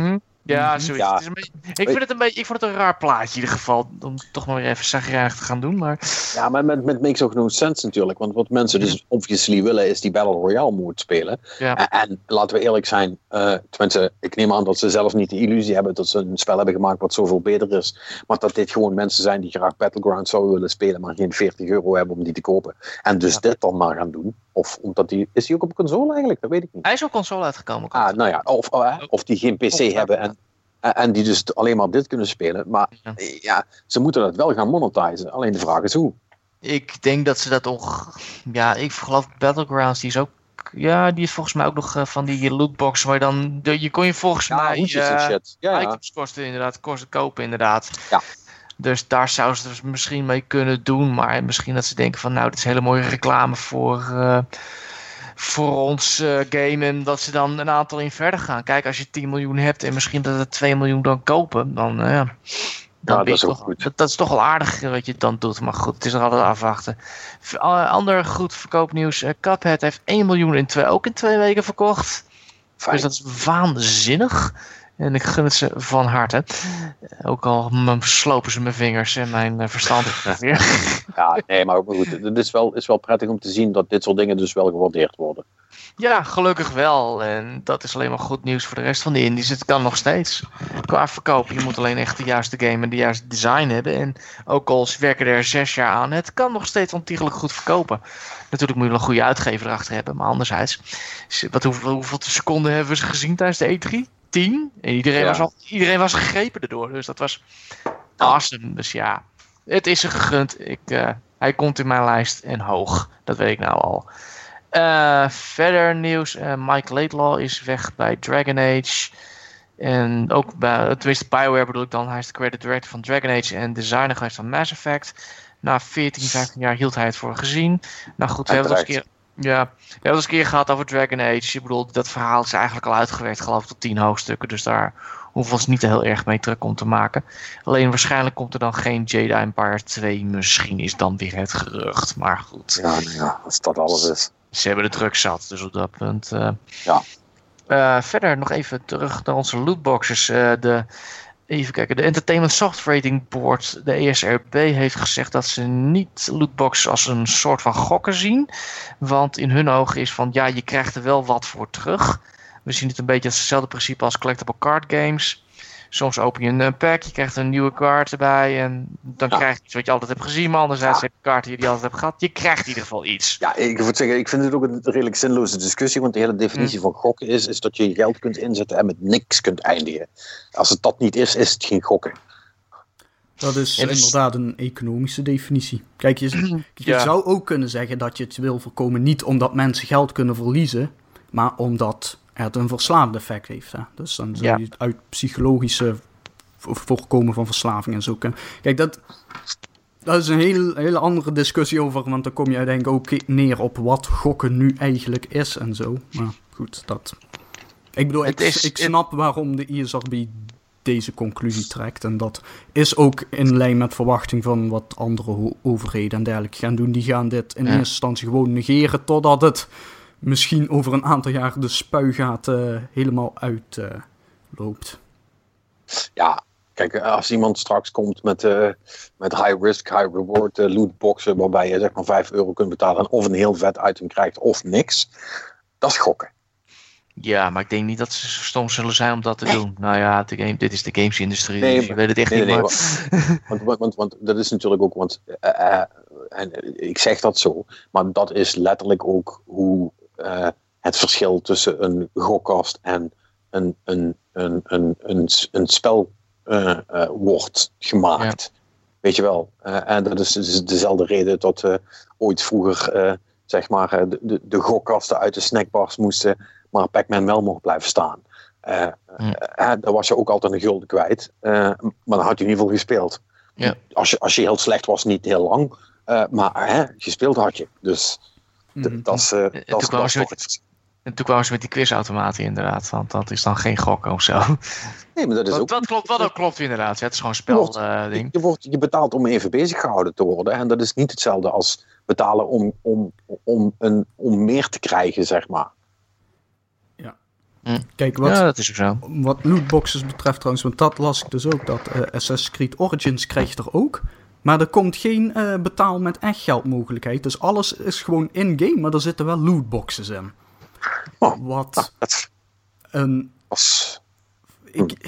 Ja, zoiets. Ja. Het is een beetje, ik, vind het een beetje, ik vond het een raar plaatje in ieder geval. Om toch maar weer even zagrijnig te gaan doen. Maar... Ja, maar met, met makes ook no sense natuurlijk. Want wat mensen dus obviously willen is die Battle Royale mode spelen. Ja. En, en laten we eerlijk zijn. Uh, tenminste, ik neem aan dat ze zelf niet de illusie hebben dat ze een spel hebben gemaakt wat zoveel beter is. Maar dat dit gewoon mensen zijn die graag Battlegrounds zouden willen spelen. Maar geen veertig euro hebben om die te kopen. En dus ja. dit dan maar gaan doen. Of omdat die... Is die ook op console eigenlijk? Dat weet ik niet. Hij is op console uitgekomen. Ah, nou ja. Of, uh, of die geen P C of, hebben en... En die dus alleen maar dit kunnen spelen. Maar ja. ja, ze moeten dat wel gaan monetizen. Alleen de vraag is hoe. Ik denk dat ze dat toch... Ja, ik geloof Battlegrounds, die is ook... Ja, die is volgens mij ook nog uh, van die lootbox. Waar je dan... De, je kon je volgens ja, mij... Uh, en shit. Ja, items ja. kosten inderdaad. Kosten kopen inderdaad. Ja. Dus daar zouden ze dus misschien mee kunnen doen. Maar misschien dat ze denken van... Nou, dit is hele mooie reclame voor... Uh, voor ons uh, game en dat ze dan een aantal in verder gaan. Kijk, als je tien miljoen hebt en misschien dat er twee miljoen dan kopen, dan uh, ja, dan ja, dat, is toch, goed. Dat, dat is toch wel aardig wat je dan doet. Maar goed, het is nog altijd afwachten. Uh, ander goed verkoopnieuws. Uh, Cuphead heeft één miljoen in twee, ook in twee weken verkocht. Fijn. Dus dat is waanzinnig. En ik gun het ze van harte. Ook al slopen ze mijn vingers en mijn uh, verstand weer. Ja, nee, maar goed. Het is wel, is wel prettig om te zien dat dit soort dingen dus wel gewaardeerd worden. Ja, gelukkig wel. En dat is alleen maar goed nieuws voor de rest van de indies. Het kan nog steeds. Qua verkopen. Je moet alleen echt de juiste game en de juiste design hebben. En ook al werken er zes jaar aan. Het kan nog steeds ontiegelijk goed verkopen. Natuurlijk moet je wel een goede uitgever erachter hebben. Maar anderzijds. Wat, hoeveel, hoeveel seconden hebben we ze gezien tijdens de E drie? tien. En iedereen, ja. was al, iedereen was gegrepen erdoor. Dus dat was awesome. Dus ja, het is er gegund. Ik, uh, hij komt in mijn lijst en hoog. Dat weet ik nou al. Uh, verder nieuws. Uh, Mike Laidlaw is weg bij Dragon Age. En ook bij, tenminste BioWare bedoel ik dan. Hij is de creative director van Dragon Age en designer geweest van Mass Effect. Na veertien, vijftien jaar hield hij het voor gezien. Nou goed, we hebben het eens een keer... Ja, we hebben het eens een keer gehad over Dragon Age. Ik bedoel, dat verhaal is eigenlijk al uitgewerkt, geloof ik, tot tien hoofdstukken. Dus daar hoeven we ons niet heel erg mee terug om te maken. Alleen waarschijnlijk komt er dan geen Jedi Empire twee. Misschien is dan weer het gerucht. Maar goed. Ja, ja, als dat alles is. Ze hebben de druk zat, dus op dat punt. Uh, ja. Uh, verder nog even terug naar onze lootboxes. Uh, de... Even kijken, de Entertainment Soft Rating Board, de E S R B, heeft gezegd dat ze niet lootboxes als een soort van gokken zien. Want in hun ogen is van, ja, je krijgt er wel wat voor terug. We zien het een beetje als hetzelfde principe als collectible card games. Soms open je een pack, je krijgt een nieuwe kaart erbij en dan ja. krijg je iets wat je altijd hebt gezien. Maar anderzijds ja. heb je kaarten die je altijd hebt gehad. Je krijgt in ieder geval iets. Ja, ik moet zeggen, ik vind het ook een redelijk zinloze discussie. Want de hele definitie mm. van gokken is, is dat je je geld kunt inzetten en met niks kunt eindigen. Als het dat niet is, is het geen gokken. Dat is ja, dus... inderdaad een economische definitie. Kijk, je, je ja. zou ook kunnen zeggen dat je het wil voorkomen niet omdat mensen geld kunnen verliezen, maar omdat het een verslaafd effect heeft. Hè? Dus dan zou je ja. uit psychologische voorkomen van verslaving en zo kunnen. Kijk, dat, dat is een heel, hele andere discussie over, want dan kom je uiteindelijk ook neer op wat gokken nu eigenlijk is en zo. Maar goed, dat... Ik bedoel, ik, is, ik snap het... waarom de I S R B deze conclusie trekt. En dat is ook in lijn met verwachting van wat andere ho- overheden en dergelijke gaan doen. Die gaan dit in ja. eerste instantie gewoon negeren totdat het misschien over een aantal jaar de spuigaat uh, helemaal uitloopt. Uh, ja, kijk, als iemand straks komt met, uh, met high risk, high reward uh, lootboxen, waarbij je zeg maar vijf euro kunt betalen en of een heel vet item krijgt of niks, dat is gokken. Ja, maar ik denk niet dat ze zo stom zullen zijn om dat te nee. doen. Nou ja, de game, dit is de gamesindustrie, nee, dus je weet het echt nee, niet. Nee, maar... want, want, want, want dat is natuurlijk ook, want uh, uh, en ik zeg dat zo, maar dat is letterlijk ook hoe uh, het verschil tussen een gokkast en een, een, een, een, een, een spel uh, uh, wordt gemaakt. Ja. Weet je wel. Uh, en dat is, is dezelfde reden dat uh, ooit vroeger uh, zeg maar uh, de, de, de gokkasten uit de snackbars moesten, maar Pac-Man wel mocht blijven staan. Uh, ja. uh, uh, daar was je ook altijd een gulden kwijt. Uh, maar dan had je in ieder geval gespeeld. Ja. Als, je, als je heel slecht was, niet heel lang. Uh, maar uh, gespeeld had je. Dus mm-hmm. dat is uh, dat is toch het. En toen kwamen ze met die quizautomaten inderdaad. Want dat is dan geen gokken of zo. Nee, maar dat is wat, ook... Wat klopt, wat ook klopt inderdaad. Ja, het is gewoon een spel. Je, wordt, uh, ding. Je, wordt, je betaalt om even bezig gehouden te worden. En dat is niet hetzelfde als betalen om, om, om, een, om meer te krijgen, zeg maar. Ja. Mm. Kijk, wat, ja, dat is ook zo. Wat lootboxes betreft trouwens, want dat las ik dus ook, dat uh, Assassin's Creed Origins krijgt er ook. Maar er komt geen uh, betaal met echt geld mogelijkheid. Dus alles is gewoon in-game, maar er zitten wel lootboxes in. Oh, wat dat een... was... Ik,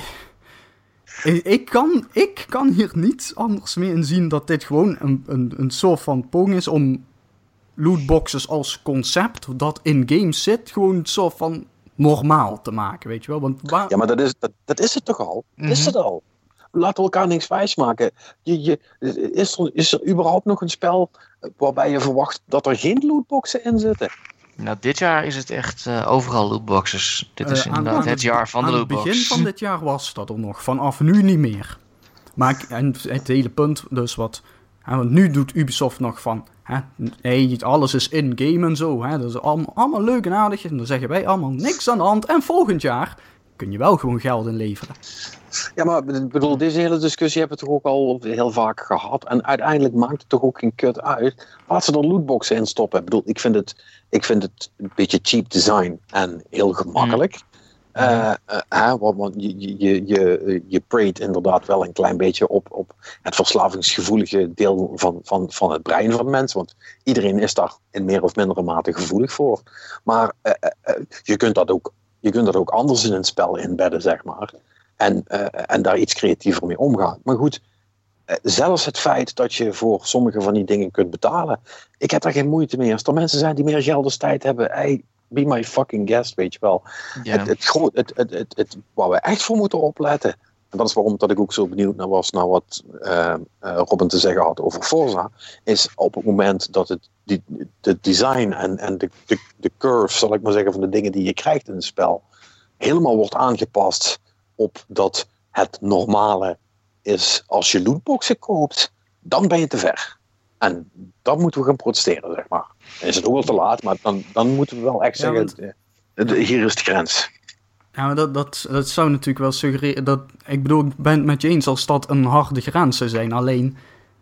ik, ik, kan, ik kan hier niets anders meer in zien dat dit gewoon een, een, een soort van poging is om lootboxes als concept, dat in games zit, gewoon een soort van normaal te maken, weet je wel. Want waar... Ja, maar dat is, dat, dat is het toch al? Mm-hmm. Is het al? Laten we elkaar niks wijs maken. Je, je, is, er, is er überhaupt nog een spel waarbij je verwacht dat er geen lootboxen in zitten? Nou, dit jaar is het echt uh, overal lootboxes. Dit is uh, inderdaad het, het jaar van de lootbox. Aan het begin van dit jaar was dat er nog. Vanaf nu niet meer. Maar en het hele punt, dus wat... Hè, want nu doet Ubisoft nog van... Hè, hey, alles is in-game en zo. Hè, dat is allemaal, allemaal leuk en aardig. En dan zeggen wij allemaal niks aan de hand. En volgend jaar kun je wel gewoon geld inleveren. Ja, maar ik bedoel, deze hele discussie hebben we toch ook al heel vaak gehad. En uiteindelijk maakt het toch ook geen kut uit. Laat ze er lootboxen in stoppen. Ik bedoel, ik vind het, ik vind het een beetje cheap design en heel gemakkelijk. Mm. Uh, uh, uh, want, want je, je, je, je preyt inderdaad wel een klein beetje op, op het verslavingsgevoelige deel van, van, van het brein van mensen. Want iedereen is daar in meer of mindere mate gevoelig voor. Maar uh, uh, je, kunt dat ook, je kunt dat ook anders in een spel inbedden, zeg maar. En, uh, en daar iets creatiever mee omgaan. Maar goed, uh, zelfs het feit dat je voor sommige van die dingen kunt betalen. Ik heb daar geen moeite mee. Als er mensen zijn die meer geld als tijd hebben. Hey, be my fucking guest, weet je wel. Yeah. Het, het, het, het, het, het, waar we echt voor moeten opletten. En dat is waarom dat ik ook zo benieuwd naar was. Naar wat uh, uh, Robin te zeggen had over Forza. Is op het moment dat het die, de design en, en de, de, de curve, zal ik maar zeggen, van de dingen die je krijgt in het spel. Helemaal wordt aangepast op dat het normale is als je lootboxen koopt, dan ben je te ver. En dan moeten we gaan protesteren, zeg maar. Dan is het ook wel te laat, maar dan, dan moeten we wel echt ja, zeggen, want... hier is de grens. Ja, maar dat, dat, dat zou natuurlijk wel suggereren, dat, ik bedoel, ik ben het met je eens als dat een harde grens zou zijn, alleen,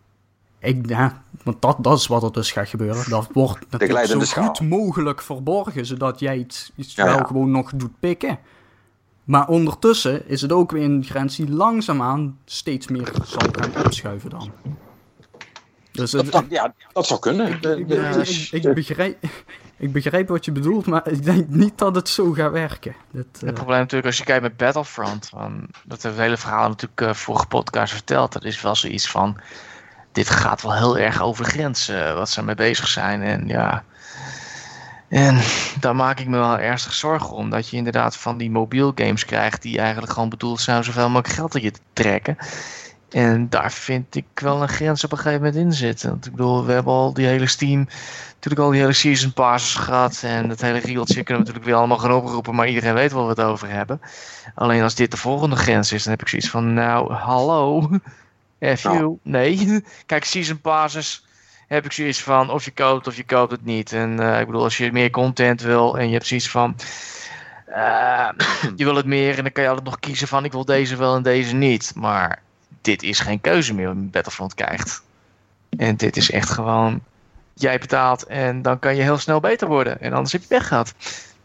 ik, ja, want dat, dat is wat er dus gaat gebeuren. Dat wordt natuurlijk zo schaal. goed mogelijk verborgen, zodat jij het, het ja, wel ja. gewoon nog doet pikken. Maar ondertussen is het ook weer een grens die langzaamaan steeds meer zal gaan opschuiven dan. Dus het, dat, ja, dat zou kunnen. Ik, ik, ik, ik, ik, begrijp, ik begrijp wat je bedoelt, maar ik denk niet dat het zo gaat werken. Dat, uh... Het probleem natuurlijk als je kijkt met Battlefront, van, dat hebben we het hele verhaal natuurlijk uh, vorige podcast verteld. Dat is wel zoiets van, dit gaat wel heel erg over de grens uh, wat ze mee bezig zijn. En ja... En daar maak ik me wel ernstig zorgen om. Dat je inderdaad van die mobiel games krijgt die eigenlijk gewoon bedoeld zijn om zoveel mogelijk geld uit je te trekken. En daar vind ik wel een grens op een gegeven moment in zitten. Want ik bedoel, we hebben al die hele Steam, natuurlijk al die hele season passes gehad. En het hele reeltje kunnen we natuurlijk weer allemaal gaan oproepen, maar iedereen weet wel wat we het over hebben. Alleen als dit de volgende grens is, dan heb ik zoiets van, nou, hallo, F you, nou. Nee. Kijk, season passes... heb ik zoiets van, of je koopt of je koopt het niet. En uh, ik bedoel, als je meer content wil en je hebt zoiets van, uh, je wil het meer en dan kan je altijd nog kiezen van, ik wil deze wel en deze niet. Maar dit is geen keuze meer wat Battlefront krijgt. En dit is echt gewoon, jij betaalt en dan kan je heel snel beter worden. En anders heb je pech gehad.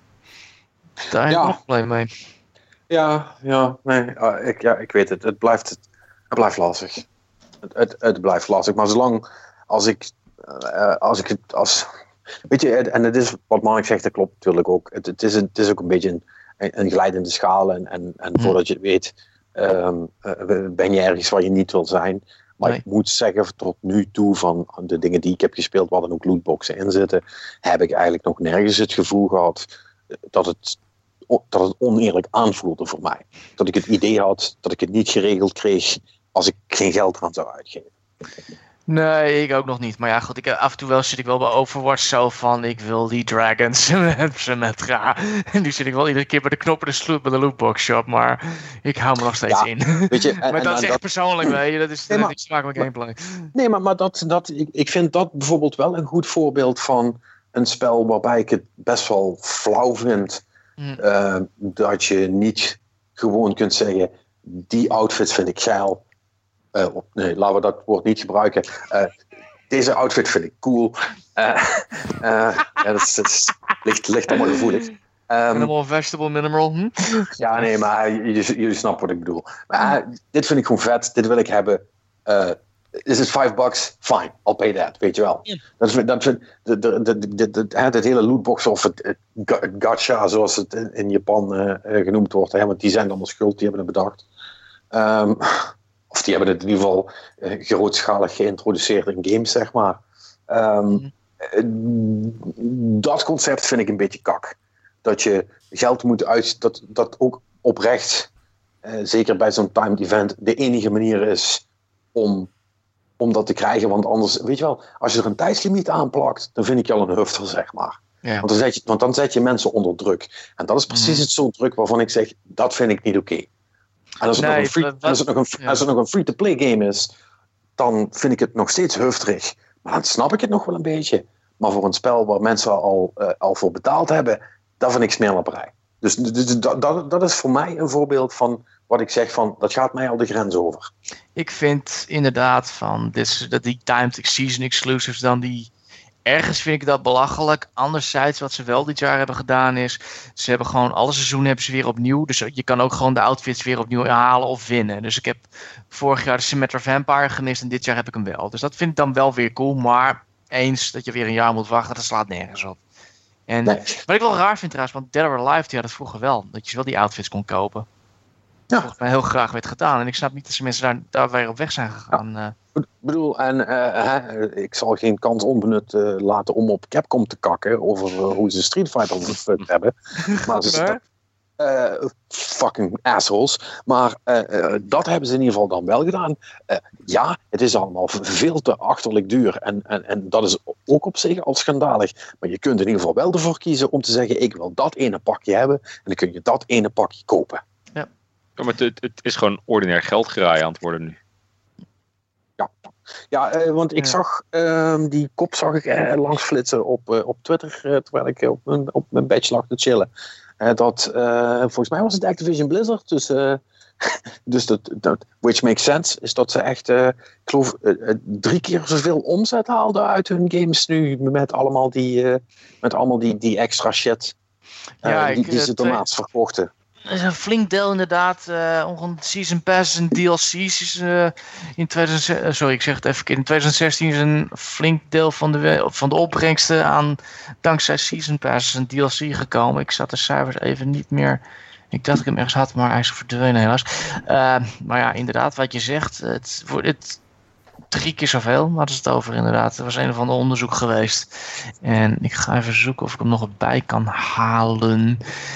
Daar heb ik ja. nog een probleem mee. Ja, ja, nee, uh, ik, ja, ik weet het. Het blijft, het, het blijft lastig. Het, het, het blijft lastig, maar zolang... Als ik, uh, als ik het als. Weet je, en het is wat Mark zegt, dat klopt natuurlijk ook. Het, het, is, een, het is ook een beetje een, een glijdende schaal. En, en, en mm. voordat je het weet, um, uh, ben je ergens waar je niet wil zijn. Maar nee. Ik moet zeggen, tot nu toe, van de dingen die ik heb gespeeld, waar dan ook lootboxen in zitten, heb ik eigenlijk nog nergens het gevoel gehad dat het, dat het oneerlijk aanvoelde voor mij. Dat ik het idee had dat ik het niet geregeld kreeg als ik geen geld eraan zou uitgeven. Nee, ik ook nog niet. Maar ja, goed, ik, af en toe wel zit ik wel bij Overwatch zo van, ik wil die dragons en Symmetra. En die zit ik wel iedere keer bij de knoppen de sloot bij de lootbox shop, maar ik hou me nog steeds ja, in. Weet je, en, maar en, dat en, is echt dat... persoonlijk, weet je, dat is, nee, dat is smakelijk gameplay. Nee, maar, maar dat, dat, ik, ik vind dat bijvoorbeeld wel een goed voorbeeld van een spel waarbij ik het best wel flauw vind mm. uh, dat je niet gewoon kunt zeggen, die outfits vind ik geil. Uh, nee, laten we dat woord niet gebruiken. Uh, deze outfit vind ik cool. Uh, uh, ja, dat, is, dat is, ligt, ligt allemaal gevoelig. Um, Minimal vegetable mineral. Hm? Ja, nee, maar jullie snappen wat ik bedoel. Maar uh, dit vind ik gewoon vet. Dit wil ik hebben. Uh, is het five bucks? Fine, I'll pay that. Weet je wel. Yeah. Dat vind, dat vind, de, de, de, de, de, de, het hele lootbox of het, het gacha, zoals het in, in Japan uh, genoemd wordt. Hè, want die zijn allemaal schuld, die hebben het bedacht. Um, of die hebben het in ieder geval uh, grootschalig geïntroduceerd in games, zeg maar. Um, mm. Dat concept vind ik een beetje kak. Dat je geld moet uit... Dat, dat ook oprecht, uh, zeker bij zo'n timed event, de enige manier is om, om dat te krijgen. Want anders, weet je wel, als je er een tijdslimiet aan plakt, dan vind ik je al een hufter, zeg maar. Ja. Want, dan zet je, want dan zet je mensen onder druk. En dat is precies mm. het soort druk waarvan ik zeg, dat vind ik niet oké. Okay. En als het, nee, nog, een free, wat, als het, nog, een, ja. als het nog een free-to-play game is, dan vind ik het nog steeds hufterig. Maar dan snap ik het nog wel een beetje. Maar voor een spel waar mensen al, uh, al voor betaald hebben, dat vind ik smeerlapperij. Dus, dus dat, dat, dat is voor mij een voorbeeld van wat ik zeg van, dat gaat mij al de grens over. Ik vind inderdaad van, dit, dat die timed season exclusives dan die... Ergens vind ik dat belachelijk. Anderzijds, wat ze wel dit jaar hebben gedaan is, ze hebben gewoon alle seizoenen hebben ze weer opnieuw. Dus je kan ook gewoon de outfits weer opnieuw halen of winnen. Dus ik heb vorig jaar de Symmetra Vampire gemist en dit jaar heb ik hem wel. Dus dat vind ik dan wel weer cool. Maar eens dat je weer een jaar moet wachten, dat slaat nergens op. En nee. Wat ik wel raar vind trouwens, want Dead or Alive die had het vroeger wel. Dat je wel die outfits kon kopen. Ja. Volgens mij heel graag werd gedaan. En ik snap niet dat ze mensen daar, daar weer op weg zijn gegaan. Ja. Ik bedoel, en uh, hè, ik zal geen kans onbenut uh, laten om op Capcom te kakken over uh, hoe ze Street Fighter gefuckt hebben. Maar ze uh, fucking assholes. Maar uh, uh, dat hebben ze in ieder geval dan wel gedaan. Uh, ja, het is allemaal veel te achterlijk duur. En, en, en dat is ook op zich al schandalig. Maar je kunt in ieder geval wel ervoor kiezen om te zeggen, ik wil dat ene pakje hebben. En dan kun je dat ene pakje kopen. Ja, ja maar het, het is gewoon ordinair geldgeraaien aan het worden nu. Ja, ja uh, want ik ja. zag uh, die kop zag ik uh, langs flitsen op, uh, op Twitter uh, terwijl ik op mijn, op mijn badge lag te chillen. Uh, dat, uh, volgens mij was het Activision Blizzard, dus, uh, dus dat, dat, which makes sense, is dat ze echt, uh, ik geloof, uh, drie keer zoveel omzet haalden uit hun games nu met allemaal die, uh, met allemaal die, die extra shit uh, ja, die, die ze daarnaast verkochten. Er is een flink deel inderdaad, uh, Season Pass en D L C's uh, in tweeduizend, uh, sorry ik zeg het even, in twintig zestien is een flink deel van de, van de opbrengsten aan dankzij Season Pass en D L C gekomen. Ik zat de cijfers even niet meer, ik dacht ik hem ergens had, maar hij is verdwenen helaas. Uh, maar ja, inderdaad wat je zegt, het wordt het drie keer zoveel, maar dat is het over inderdaad. Er was een of ander onderzoek geweest. En ik ga even zoeken of ik hem nog erbij kan halen.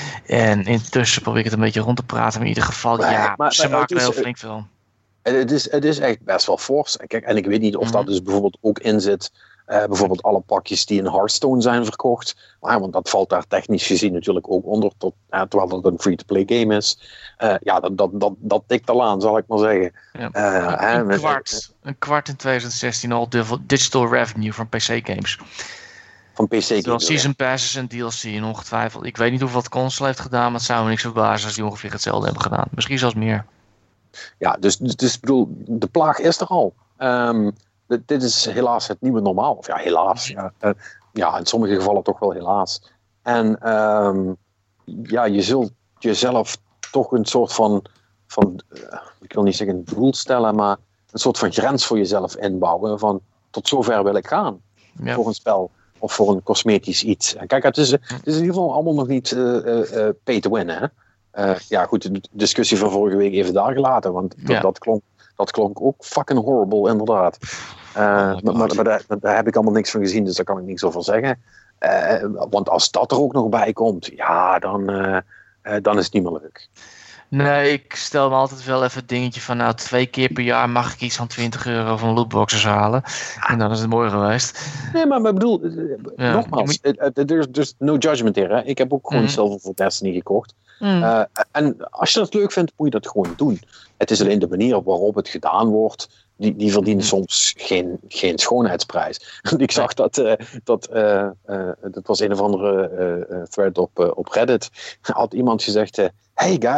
En intussen probeer ik het een beetje rond te praten. Maar in ieder geval, maar, ja, maar, ze maar, maken er heel flink veel. Het is, het is echt best wel fors. Kijk, en ik weet niet of mm-hmm. dat dus bijvoorbeeld ook in zit. Uh, bijvoorbeeld alle pakjes die in Hearthstone zijn verkocht. Maar, want dat valt daar technisch gezien natuurlijk ook onder. Tot, uh, terwijl het een free-to-play game is. Uh, ja, dat, dat, dat, dat tikt al aan, zal ik maar zeggen. Ja. Uh, een, uh, kwart, een kwart in twintig zestien al digital revenue van P C-games. Van P C-games. Zoals Season Passes en D L C ongetwijfeld. Ik weet niet hoeveel het console heeft gedaan. Maar het zou me niks verbazen als die ongeveer hetzelfde hebben gedaan. Misschien zelfs meer. Ja, dus, dus, dus bedoel, de plaag is er al. Um, Dit is helaas het nieuwe normaal. Of ja, helaas. Ja, uh, ja in sommige gevallen toch wel helaas. En um, ja, je zult jezelf toch een soort van, van uh, ik wil niet zeggen een doel stellen, maar een soort van grens voor jezelf inbouwen. Van tot zover wil ik gaan. Ja. Voor een spel of voor een cosmetisch iets. En kijk, het is, het is in ieder geval allemaal nog niet uh, uh, uh, pay to win. Hè? Uh, ja, goed, de discussie van vorige week even daar gelaten. Want ja. dat, dat klonk. Dat klonk ook fucking horrible, inderdaad. Uh, oh maar maar, maar daar, daar heb ik allemaal niks van gezien, dus daar kan ik niks over zeggen. Uh, want als dat er ook nog bij komt, ja, dan, uh, uh, dan is het niet meer leuk. Nee, ik stel me altijd wel even het dingetje van, nou, twee keer per jaar mag ik iets van twintig euro van lootboxes halen. En dan is het mooi geweest. Nee, maar ik bedoel, ja, nogmaals, er is no judgment here. Hè. Ik heb ook gewoon mm. zelf voor Destiny gekocht. Mm. Uh, en als je dat leuk vindt, moet je dat gewoon doen. Het is alleen de manier waarop het gedaan wordt, die, die verdienen soms geen, geen schoonheidsprijs. Ik zag dat, uh, dat, uh, uh, dat was een of andere uh, thread op, uh, op Reddit, had iemand gezegd, uh, hey guys,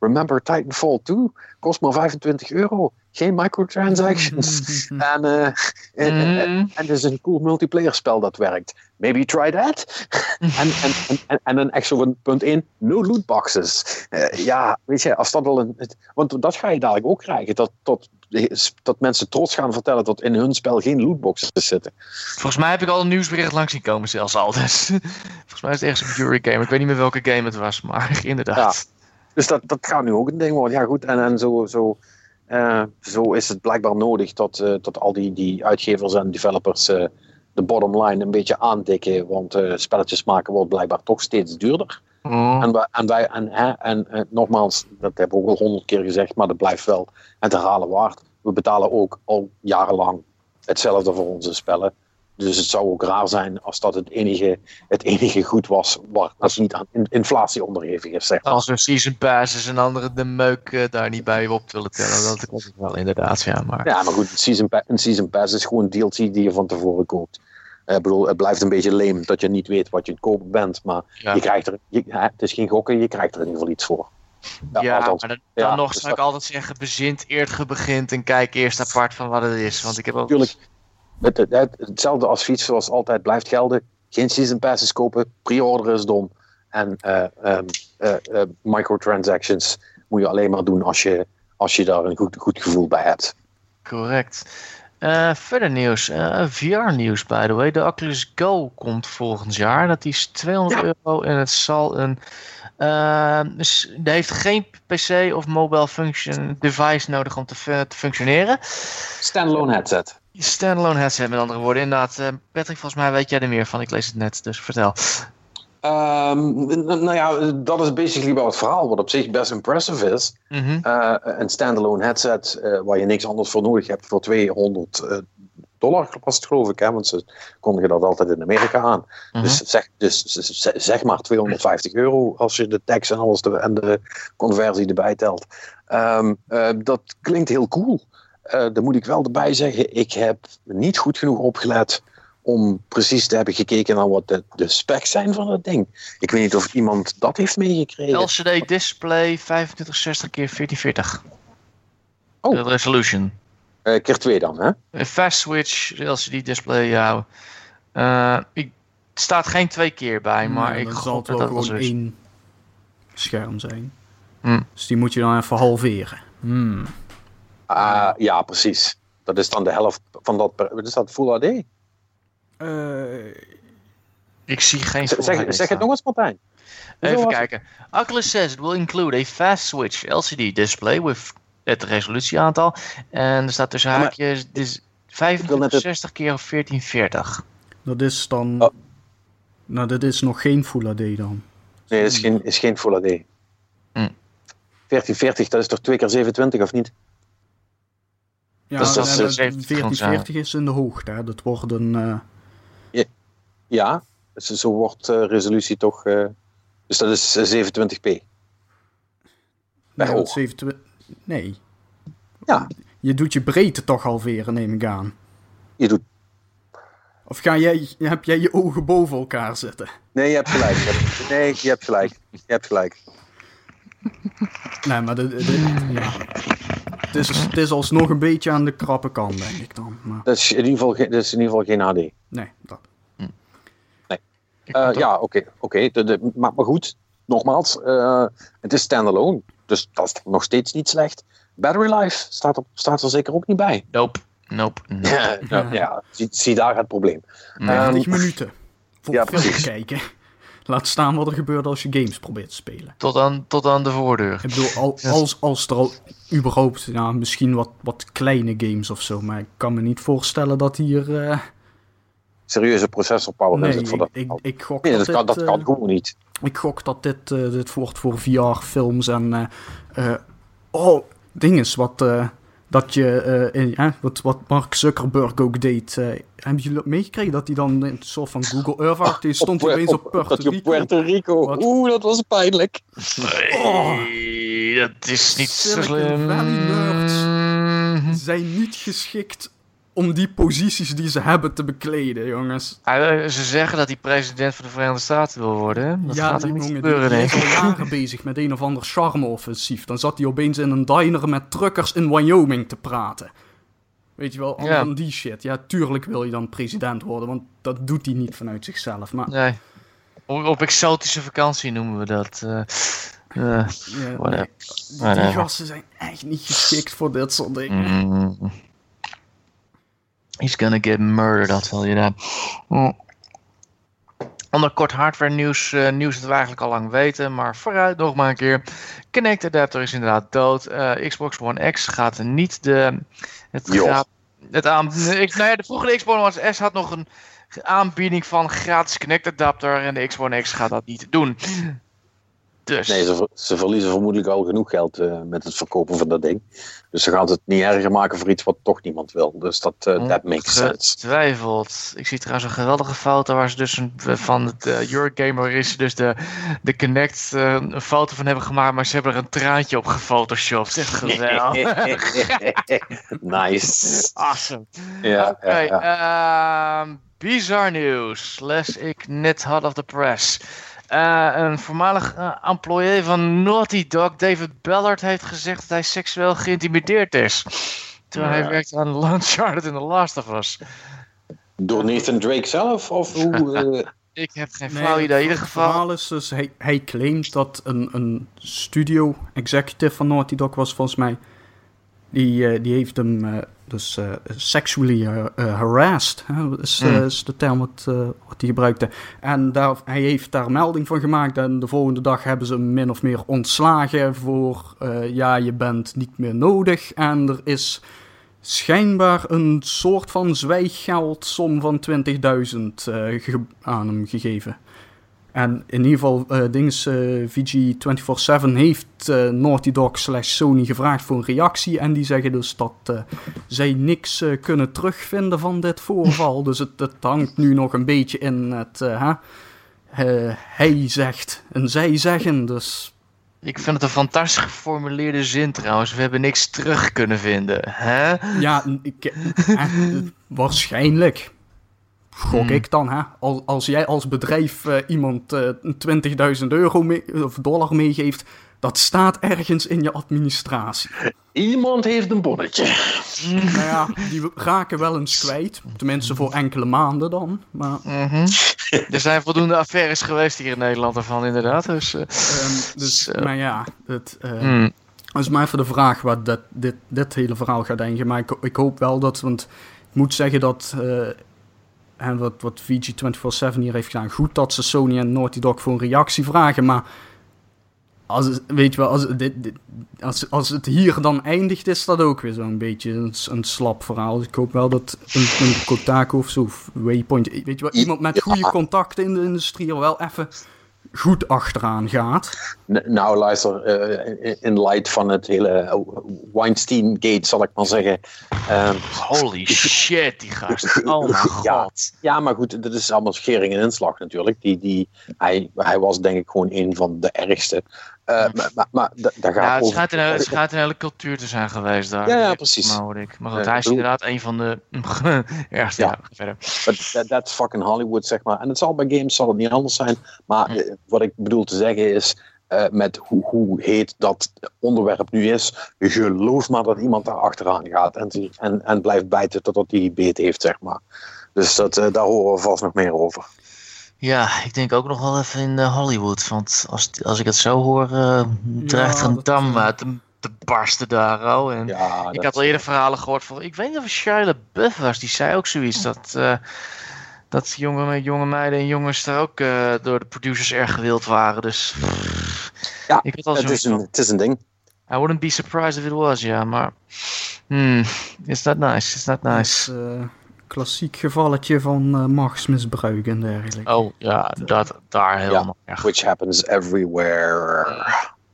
remember Titanfall two? Kost maar vijfentwintig euro. Geen microtransactions. en, uh, en, en, en, en het is een cool multiplayer spel dat werkt. Maybe try that. en, en, en, en een extra punt één, no lootboxes. Uh, ja, weet je, als dat wel een... Want dat ga je dadelijk ook krijgen. Dat, dat, dat mensen trots gaan vertellen dat in hun spel geen lootboxes zitten. Volgens mij heb ik al een nieuwsbericht langs zien komen zelfs al. Dus. Volgens mij is het ergens een Fury game. Ik weet niet meer welke game het was, maar inderdaad. Ja, dus dat, dat gaat nu ook een ding worden. Ja goed, en, en zo... zo Uh, zo is het blijkbaar nodig dat, uh, dat al die, die uitgevers en developers uh, de bottom line een beetje aantikken, want uh, spelletjes maken wordt blijkbaar toch steeds duurder. Mm. En, wij, en, wij, en, hè, en uh, nogmaals, dat hebben we ook al honderd keer gezegd, maar dat blijft wel het herhalen waard. We betalen ook al jarenlang hetzelfde voor onze spellen. Dus het zou ook raar zijn als dat het enige, het enige goed was waar als niet aan inflatie onderhevig is. Zeg maar. Als een season pass is en anderen de meuk uh, daar niet bij op willen tellen. Dat klopt wel inderdaad, ja. Maar, ja, maar goed, een season, pa- een season pass is gewoon een D L C die je van tevoren koopt. Ik uh, bedoel, het blijft een beetje lame dat je niet weet wat je het kopen bent. Maar ja. je krijgt er, je, hè, het is geen gokken, je krijgt er in ieder geval iets voor. Ja, ja maar dan, dan ja, nog dus zou ik dat... altijd zeggen, bezint eer je begint en kijk eerst apart van wat het is. Want ik heb ook... Tuurlijk. Het, het, het, hetzelfde advies zoals altijd blijft gelden. Geen season passes kopen, pre-order is dom. En uh, um, uh, uh, microtransactions moet je alleen maar doen als je, als je daar een goed, goed gevoel bij hebt. Correct. Uh, verder nieuws. Uh, V R-nieuws, by the way. De Oculus Go komt volgend jaar. Dat is tweehonderd ja. euro en het zal een... Uh, dus die heeft geen P C of mobile function device nodig om te, fu- te functioneren. Standalone headset. Standalone headset, met andere woorden. Inderdaad, uh, Patrick, volgens mij weet jij er meer van. Ik lees het net, dus vertel. Um, nou ja, dat is basically wel het verhaal, wat op zich best impressive is. Mm-hmm. Uh, een standalone headset uh, waar je niks anders voor nodig hebt voor tweehonderd uh, dollar was het, geloof ik. Hè? Want ze kondigen dat altijd in Amerika aan. Mm-hmm. Dus, zeg, dus zeg maar tweehonderdvijftig euro als je de tax en alles de, en de conversie erbij telt. Um, uh, dat klinkt heel cool. Uh, dan moet ik wel erbij zeggen, ik heb niet goed genoeg opgelet om precies te hebben gekeken naar wat de, de specs zijn van het ding. Ik weet niet of iemand dat heeft meegekregen. L C D display vijfentwintig zestig keer veertien veertig. Oh. De resolution. Uh, keer twee dan, hè? Een fast switch, L C D display, ja. Uh, ik, er staat geen twee keer bij, maar nee, ik zal het wel dat gewoon is. één scherm zijn. Hmm. Dus die moet je dan even halveren. Hmm. Uh, ja, precies. Dat is dan de helft van dat... Wat is dat, Full H D? Uh, ik zie geen Full zeg, H D zeg het nog eens, Martijn. Even kijken. Oculus says it will include a fast switch L C D display with het resolutieaantal. En er staat tussen haakjes ja, dus vijfentwintig zestig keer veertien veertig. Dat is dan... Oh. Nou, dat is nog geen Full H D dan. Nee, dat is geen, is geen Full H D. Hm. veertien veertig, dat is toch twee keer zevenentwintig, of niet? Ja, dus dat is veertien veertig is in de hoogte. Hè. Dat wordt een... Uh... Ja, ja dus zo wordt uh, resolutie toch... Uh, dus dat is uh, zevenentwintig p. Nee, zevenentwintig... nee. Ja. Je doet je breedte toch halveren, neem ik aan. Je doet... Of ga jij, heb jij je ogen boven elkaar zitten? Nee, je hebt gelijk. Je hebt, nee, je hebt gelijk. Je hebt gelijk. Nee, maar de, de, de, ja. het, is, het is alsnog een beetje aan de krappe kant, denk ik dan. Maar... Dat is in ieder geval, dat is in ieder geval geen H D. Nee, dat... Nee. Uh, ja, oké. Okay, okay. Maar, maar goed, nogmaals, uh, het is standalone. Dus dat is nog steeds niet slecht. Battery life staat, op, staat er zeker ook niet bij. Nope. Nope. nope. Ja, ja, ja. Zie, zie daar het probleem. dertig um, minuten voor ja, film kijken. Laat staan wat er gebeurt als je games probeert te spelen. Tot aan, tot aan de voordeur. Ik bedoel, al, als, als er al überhaupt, ja, misschien wat, wat kleine games of zo, maar ik kan me niet voorstellen dat hier... Uh... serieuze processor power nee, is het voor dat. Ik, ik, ik gok nee, dat, dat, dit, kan, dat kan gewoon niet. Ik gok dat dit, uh, dit wordt voor V R-films en... Uh, uh, oh, dinges wat... Uh, dat je, uh, in, ja, wat, wat Mark Zuckerberg ook deed. Uh, hebben jullie dat meegekregen? Dat hij dan in een soort van Google Earth had. Die stond opeens op, op Puerto Rico. Puerto Rico. Wat? Oeh, dat was pijnlijk. Nee, oh, dat is niet Silicon zo slim. Valley nerds zijn niet geschikt om die posities die ze hebben te bekleden, jongens. Uh, ze zeggen dat hij president van de Verenigde Staten wil worden. Hè? Dat ja, gaat hem niet jongen, gebeuren, die, die denk ik. is al jaren bezig met een of ander charme-offensief. Dan zat hij opeens in een diner met truckers in Wyoming te praten. Weet je wel, al Ja. van die shit. Ja, tuurlijk wil je dan president worden, want dat doet hij niet vanuit zichzelf. Maar Nee. Op, op exotische vakantie noemen we dat. Uh, uh, ja, whatever. nee, die, die Whatever. gasten zijn echt niet geschikt voor dit soort dingen. Mm. He's gonna get murdered, I'll tell you that. Mm. Ander kort hardware nieuws, uh, nieuws dat we eigenlijk al lang weten, maar vooruit nog maar een keer. Kinect adapter is inderdaad dood. Uh, Xbox One X gaat niet de... Het, gaat, het aan, ik, nou ja, de vroegere Xbox One S had nog een aanbieding van gratis Kinect adapter en de Xbox One X gaat dat niet doen. Dus. Nee, ze, ze verliezen vermoedelijk al genoeg geld uh, met het verkopen van dat ding. Dus ze gaan het niet erger maken voor iets wat toch niemand wil. Dus dat uh, that makes sense. Getwijfeld. Ik zie trouwens een geweldige foto waar ze dus een, van het uh, Eurogamer is dus de, de Kinect uh, een foto van hebben gemaakt, maar ze hebben er een traantje op gefotoshopt. Echt geweldig. Nice. Awesome. Ja, Oké, okay, ja, ja. uh, bizar nieuws. Les ik net hot of the press. Uh, een voormalig uh, employé van Naughty Dog, David Ballard, heeft gezegd dat hij seksueel geïntimideerd is. Terwijl ja. hij werkte aan Uncharted in The Last of Us. Door Nathan Drake zelf? Of hoe? Uh... Ik heb geen flauw idee. In ieder geval. Het verhaal is dus, hij, hij claimt dat een, een studio executive van Naughty Dog was volgens mij. Die, uh, die heeft hem uh, dus uh, sexually uh, uh, harassed. Hè, is, uh, mm. is de term wat, uh, wat hij gebruikte. En daar, hij heeft daar melding van gemaakt. En de volgende dag hebben ze hem min of meer ontslagen voor... Uh, ja, je bent niet meer nodig. En er is schijnbaar een soort van zwijggeldsom van twintigduizend uh, ge- aan hem gegeven. En in ieder geval, uh, dings, uh, V G vierentwintig zeven heeft uh, Naughty Dog slash Sony gevraagd voor een reactie. En die zeggen dus dat uh, zij niks uh, kunnen terugvinden van dit voorval. Dus het, het hangt nu nog een beetje in het... Uh, uh, hij zegt en zij zeggen, dus... Ik vind het een fantastisch geformuleerde zin trouwens. We hebben niks terug kunnen vinden. Hè? Ja, ik, uh, waarschijnlijk... Gok Hmm. ik dan, hè? Als, als jij als bedrijf uh, iemand uh, twintigduizend euro mee, of dollar meegeeft, dat staat ergens in je administratie. Iemand heeft een bonnetje. Nou ja, die raken wel eens kwijt. Tenminste voor enkele maanden dan. Maar, Mm-hmm. Er zijn voldoende affaires geweest hier in Nederland ervan, inderdaad. Dus, uh, um, dus so. maar ja, het, uh, mm. dat is maar even de vraag waar dat, dit, dit hele verhaal gaat eindigen. Maar ik, ik hoop wel dat, want ik moet zeggen dat... Uh, En wat, wat V G vierentwintig zeven hier heeft gedaan. Goed dat ze Sony en Naughty Dog voor een reactie vragen. Maar als het, weet je wel, als, dit, dit, als, als het hier dan eindigt, is dat ook weer zo'n beetje een, een slap verhaal. Dus ik hoop wel dat een, een Kotaku of zo, of Waypoint, weet je wel, iemand met goede contacten in de industrie er wel even goed achteraan gaat. Nou, luister, uh, in light van het hele Weinstein-gate, zal ik maar zeggen. Um, Holy shit, die gast. Oh mijn god. Ja, ja, maar goed, dit is allemaal schering en inslag natuurlijk. Die, die, hij, hij was denk ik gewoon een van de ergste. Uh, maar maar, maar d- daar gaat ja, het over... schijnt, een, het schijnt een hele cultuur te zijn geweest daar. Ja, ja, precies. Maar, hoor ik. maar goed, Uh, hij is bedoel... inderdaad een van de ergste. Ja, ja, verder. But that's fucking Hollywood, zeg maar. En het zal bij games zal het niet anders zijn. Maar hm. uh, wat ik bedoel te zeggen is... Uh, met hoe, hoe heet dat onderwerp nu is... geloof maar dat iemand daar achteraan gaat... en, en, en blijft bijten totdat hij beet heeft, zeg maar. Dus dat, uh, daar horen we vast nog meer over. Ja, ik denk ook nog wel even in uh, Hollywood. Want als, als ik het zo hoor... Uh, dreigt er een dam uit te, te barsten daar. Oh. En ja, ik had al eerder verhalen gehoord van... Ik weet niet of het Shia LaBeouf was. Die zei ook zoiets. Dat... Uh, Dat jonge, jonge meiden en jongens daar ook uh, door de producers erg gewild waren. Dus ja, ik weet al het, is een, het is een ding. I wouldn't be surprised if it was, ja. Maar hmm, it's not nice, it's not nice. Het is, uh, klassiek gevalletje van uh, machtsmisbruik en dergelijke. Oh ja, dat, daar helemaal ja, erg. Which happens everywhere.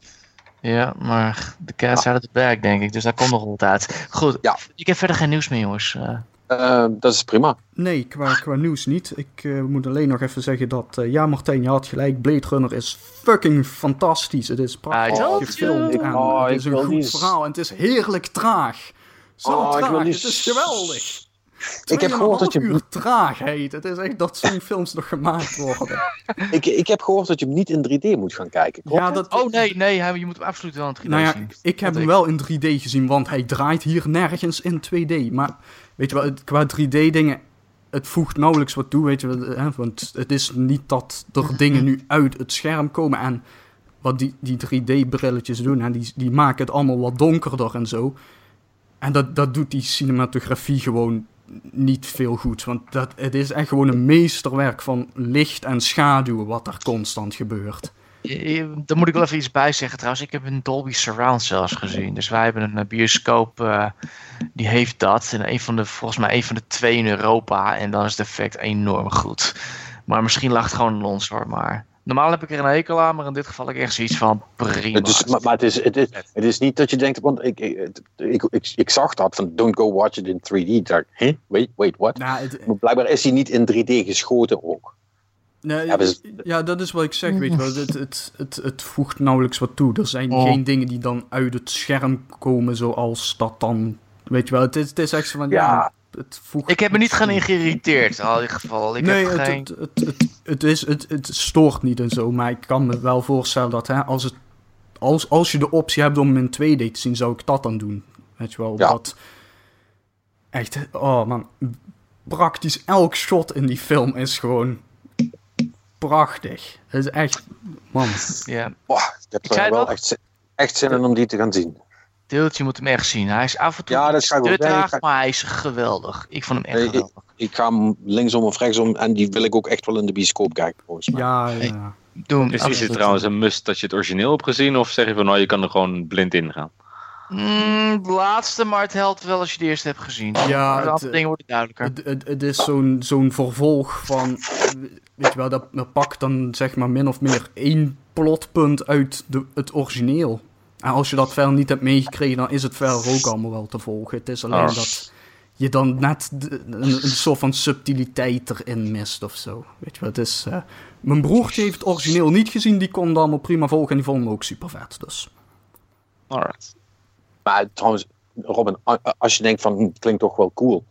Ja, maar de cat's out of the bag, denk ik. Dus daar komt nog wat uit. Goed, ja. Ik heb verder geen nieuws meer, jongens. Uh, Uh, dat is prima. Nee, qua, qua nieuws niet. Ik uh, moet alleen nog even zeggen dat... Uh, ja, Martijn, je had gelijk. Blade Runner is fucking fantastisch. Het is prachtig gefilmd. En oh, het is een goed die... verhaal. En het is heerlijk traag. Zo oh, traag. Die... Het is geweldig. Ik heb gehoord dat je uur traagheid. Het is echt dat zo'n films nog gemaakt worden. ik, ik heb gehoord dat je hem niet in drie D moet gaan kijken. Ja, dat... Oh nee, nee, je moet hem absoluut wel in drie D nou ja, zien. Ik heb hem wel in drie D gezien, want hij draait hier nergens in twee D. Maar weet je wel, het, qua drie D dingen, het voegt nauwelijks wat toe, weet je wel. Hè? Want het is niet dat er dingen nu uit het scherm komen en wat die, die drie D-brilletjes doen, hè? Die, die maken het allemaal wat donkerder en zo. En dat, dat doet die cinematografie gewoon niet veel goed. Want dat, het is echt gewoon een meesterwerk van licht en schaduw wat er constant gebeurt. Daar moet ik wel even iets bij zeggen trouwens. Ik heb een Dolby Surround zelfs gezien. Dus wij hebben een bioscoop uh, die heeft dat. En een van de, volgens mij een van de twee in Europa. En dan is het effect enorm goed. Maar misschien lag het gewoon in ons hoor. Maar normaal heb ik er een hekel aan. Maar in dit geval heb ik echt zoiets van prima. Het is, maar maar het, is, het, is, het is niet dat je denkt. Want ik, ik, ik, ik, ik zag dat van don't go watch it in drie D. Ik dacht, huh? wait, wait, what? Nou, het, maar blijkbaar is hij niet in drie D geschoten ook. Nee, ja, dus, ja, dat is wat ik zeg, weet je wel. Het, het, het, het voegt nauwelijks wat toe. Er zijn oh. geen dingen die dan uit het scherm komen zoals dat dan... Weet je wel, het is, het is echt zo van... Ja, ja het voegt ik heb me niet gaan geïrriteerd, in ieder geval. Ik nee, heb het, geen... het, het, het, het, is, het, het stoort niet en zo. Maar ik kan me wel voorstellen dat hè, als, het, als, als je de optie hebt om hem in twee D te zien, zou ik dat dan doen. Weet je wel, ja. dat... Echt, oh man... Praktisch elk shot in die film is gewoon... prachtig. Het is echt... Man. Ja. Oh, ik heb er wel dat... echt, echt zin in om die te gaan zien. Deeltje, je moet hem echt zien. Hij is af en toe ja, dat te traag, ga... maar hij is geweldig. Ik vond hem echt nee, geweldig. Ik, ik ga hem linksom of rechtsom en die wil ik ook echt wel in de bioscoop kijken. Volgens mij. Ja, ja. Hey, doe dus is het trouwens een must dat je het origineel hebt gezien of zeg je van nou, je kan er gewoon blind in gaan? Mm, de laatste, maar het helpt wel als je de eerste hebt gezien. Ja, de andere dingen worden duidelijker. Het, het, het is zo'n, zo'n vervolg van... Weet je wel, dat, dat pakt dan zeg maar min of meer één plotpunt uit de, het origineel. En als je dat verder niet hebt meegekregen, dan is het verder ook allemaal wel te volgen. Het is alleen oh. dat je dan net de, een, een soort van subtiliteit erin mist of zo. Weet je wel, het is... Uh, mijn broertje heeft het origineel niet gezien, die kon het allemaal prima volgen en die vond hem ook super vet, dus... Alright. Maar trouwens, Robin, als je denkt van, het klinkt toch wel cool,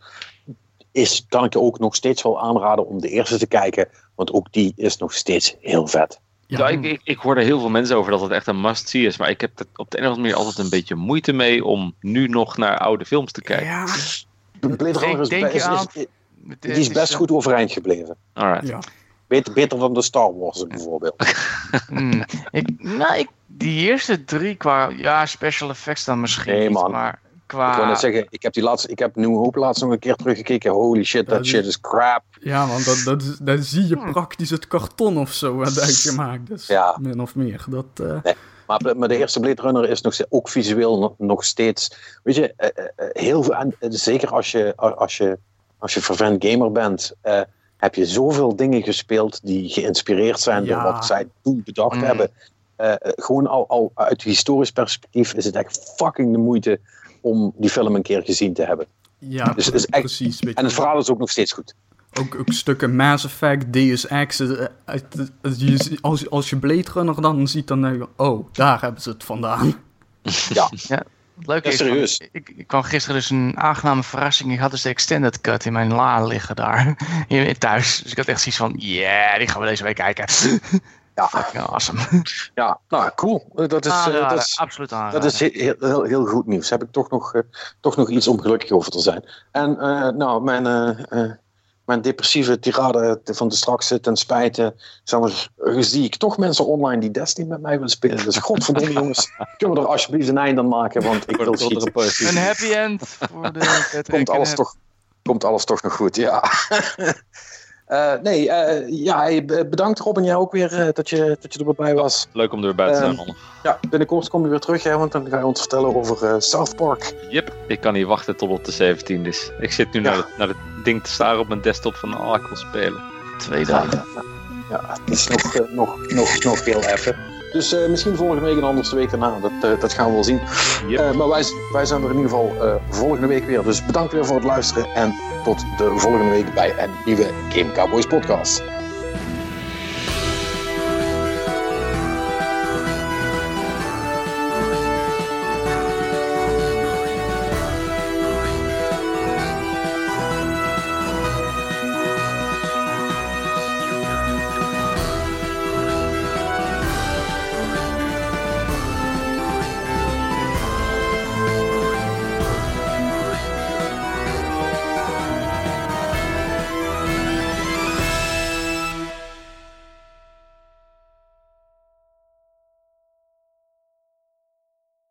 is, kan ik je ook nog steeds wel aanraden om de eerste te kijken, want ook die is nog steeds heel vet. Ja, ja ik, ik, ik hoor er heel veel mensen over dat het echt een must-see is, maar ik heb er op de een of andere manier altijd een beetje moeite mee om nu nog naar oude films te kijken. Ja. Blade Runner is, is, is, is, die is best goed overeind gebleven. Alright. Ja. Beter, beter dan de Star Wars bijvoorbeeld. mm, ik, nou, ik, die eerste drie qua ja, special effects dan misschien nee, niet, man. maar qua... Ik wil net zeggen, ik heb die laatste, ik heb New Hope laatst nog een keer teruggekeken. Holy shit, that shit is crap. Ja, want dat, dat, dat zie je praktisch het karton of zo wat uitgemaakt. Dus ja. Min of meer. Dat, uh... nee, maar, maar de eerste Blade Runner is nog, ook visueel nog, nog steeds... Weet je, uh, uh, heel veel... En, uh, zeker als je, als je, als je vervent gamer bent... Uh, heb je zoveel dingen gespeeld die geïnspireerd zijn ja. door wat zij toen bedacht mm. hebben. Uh, gewoon al, al uit historisch perspectief is het echt fucking de moeite om die film een keer gezien te hebben. Ja, dus, dus echt, precies. En het verhaal is ook nog steeds goed. Ook, ook stukken Mass Effect, Deus Ex. Uh, als, als je Blade Runner dan ziet, dan denk je, oh, daar hebben ze het vandaan. Ja. ja. Leuk is, serieus. Ik, ik kwam gisteren dus een aangename verrassing. Ik had dus de extended cut in mijn la liggen daar. In, thuis. Dus ik had echt zoiets van, yeah, die gaan we deze week kijken. Ja, fucking awesome. Ja, nou, cool. Dat is, aanraden, uh, dat is, absoluut aanraden. Dat is heel, heel, heel goed nieuws. Heb ik toch nog, uh, toch nog iets om gelukkig over te zijn. En uh, nou, mijn... Uh, uh, Mijn depressieve tirade van de straks ten spijte, zie ik toch mensen online die Destiny met mij willen spelen. Dus godverdomme jongens, kunnen we er alsjeblieft een einde aan maken, want ik wil schieten. Een happy end voor de komt, alles toch, komt alles toch nog goed, ja. uh, nee, uh, ja, bedankt Robin, jij ook weer uh, dat, je, dat je er bij was. Leuk om er weer bij te zijn, man. Uh, ja, binnenkort kom je weer terug, hè, want dan ga je ons vertellen over uh, South Park. Yep, ik kan niet wachten tot op de zeventien, dus ik zit nu ja. naar, het, naar het ding te staren op mijn desktop van oh, ik wil spelen. Twee dagen. Ja, ja, het is nog, uh, nog, nog, nog heel even. Dus uh, misschien volgende week en anders de week daarna, dat, uh, dat gaan we wel zien. Yep. Uh, maar wij, wij zijn er in ieder geval uh, volgende week weer. Dus bedankt weer voor het luisteren en tot de volgende week bij een nieuwe Game Cowboys podcast.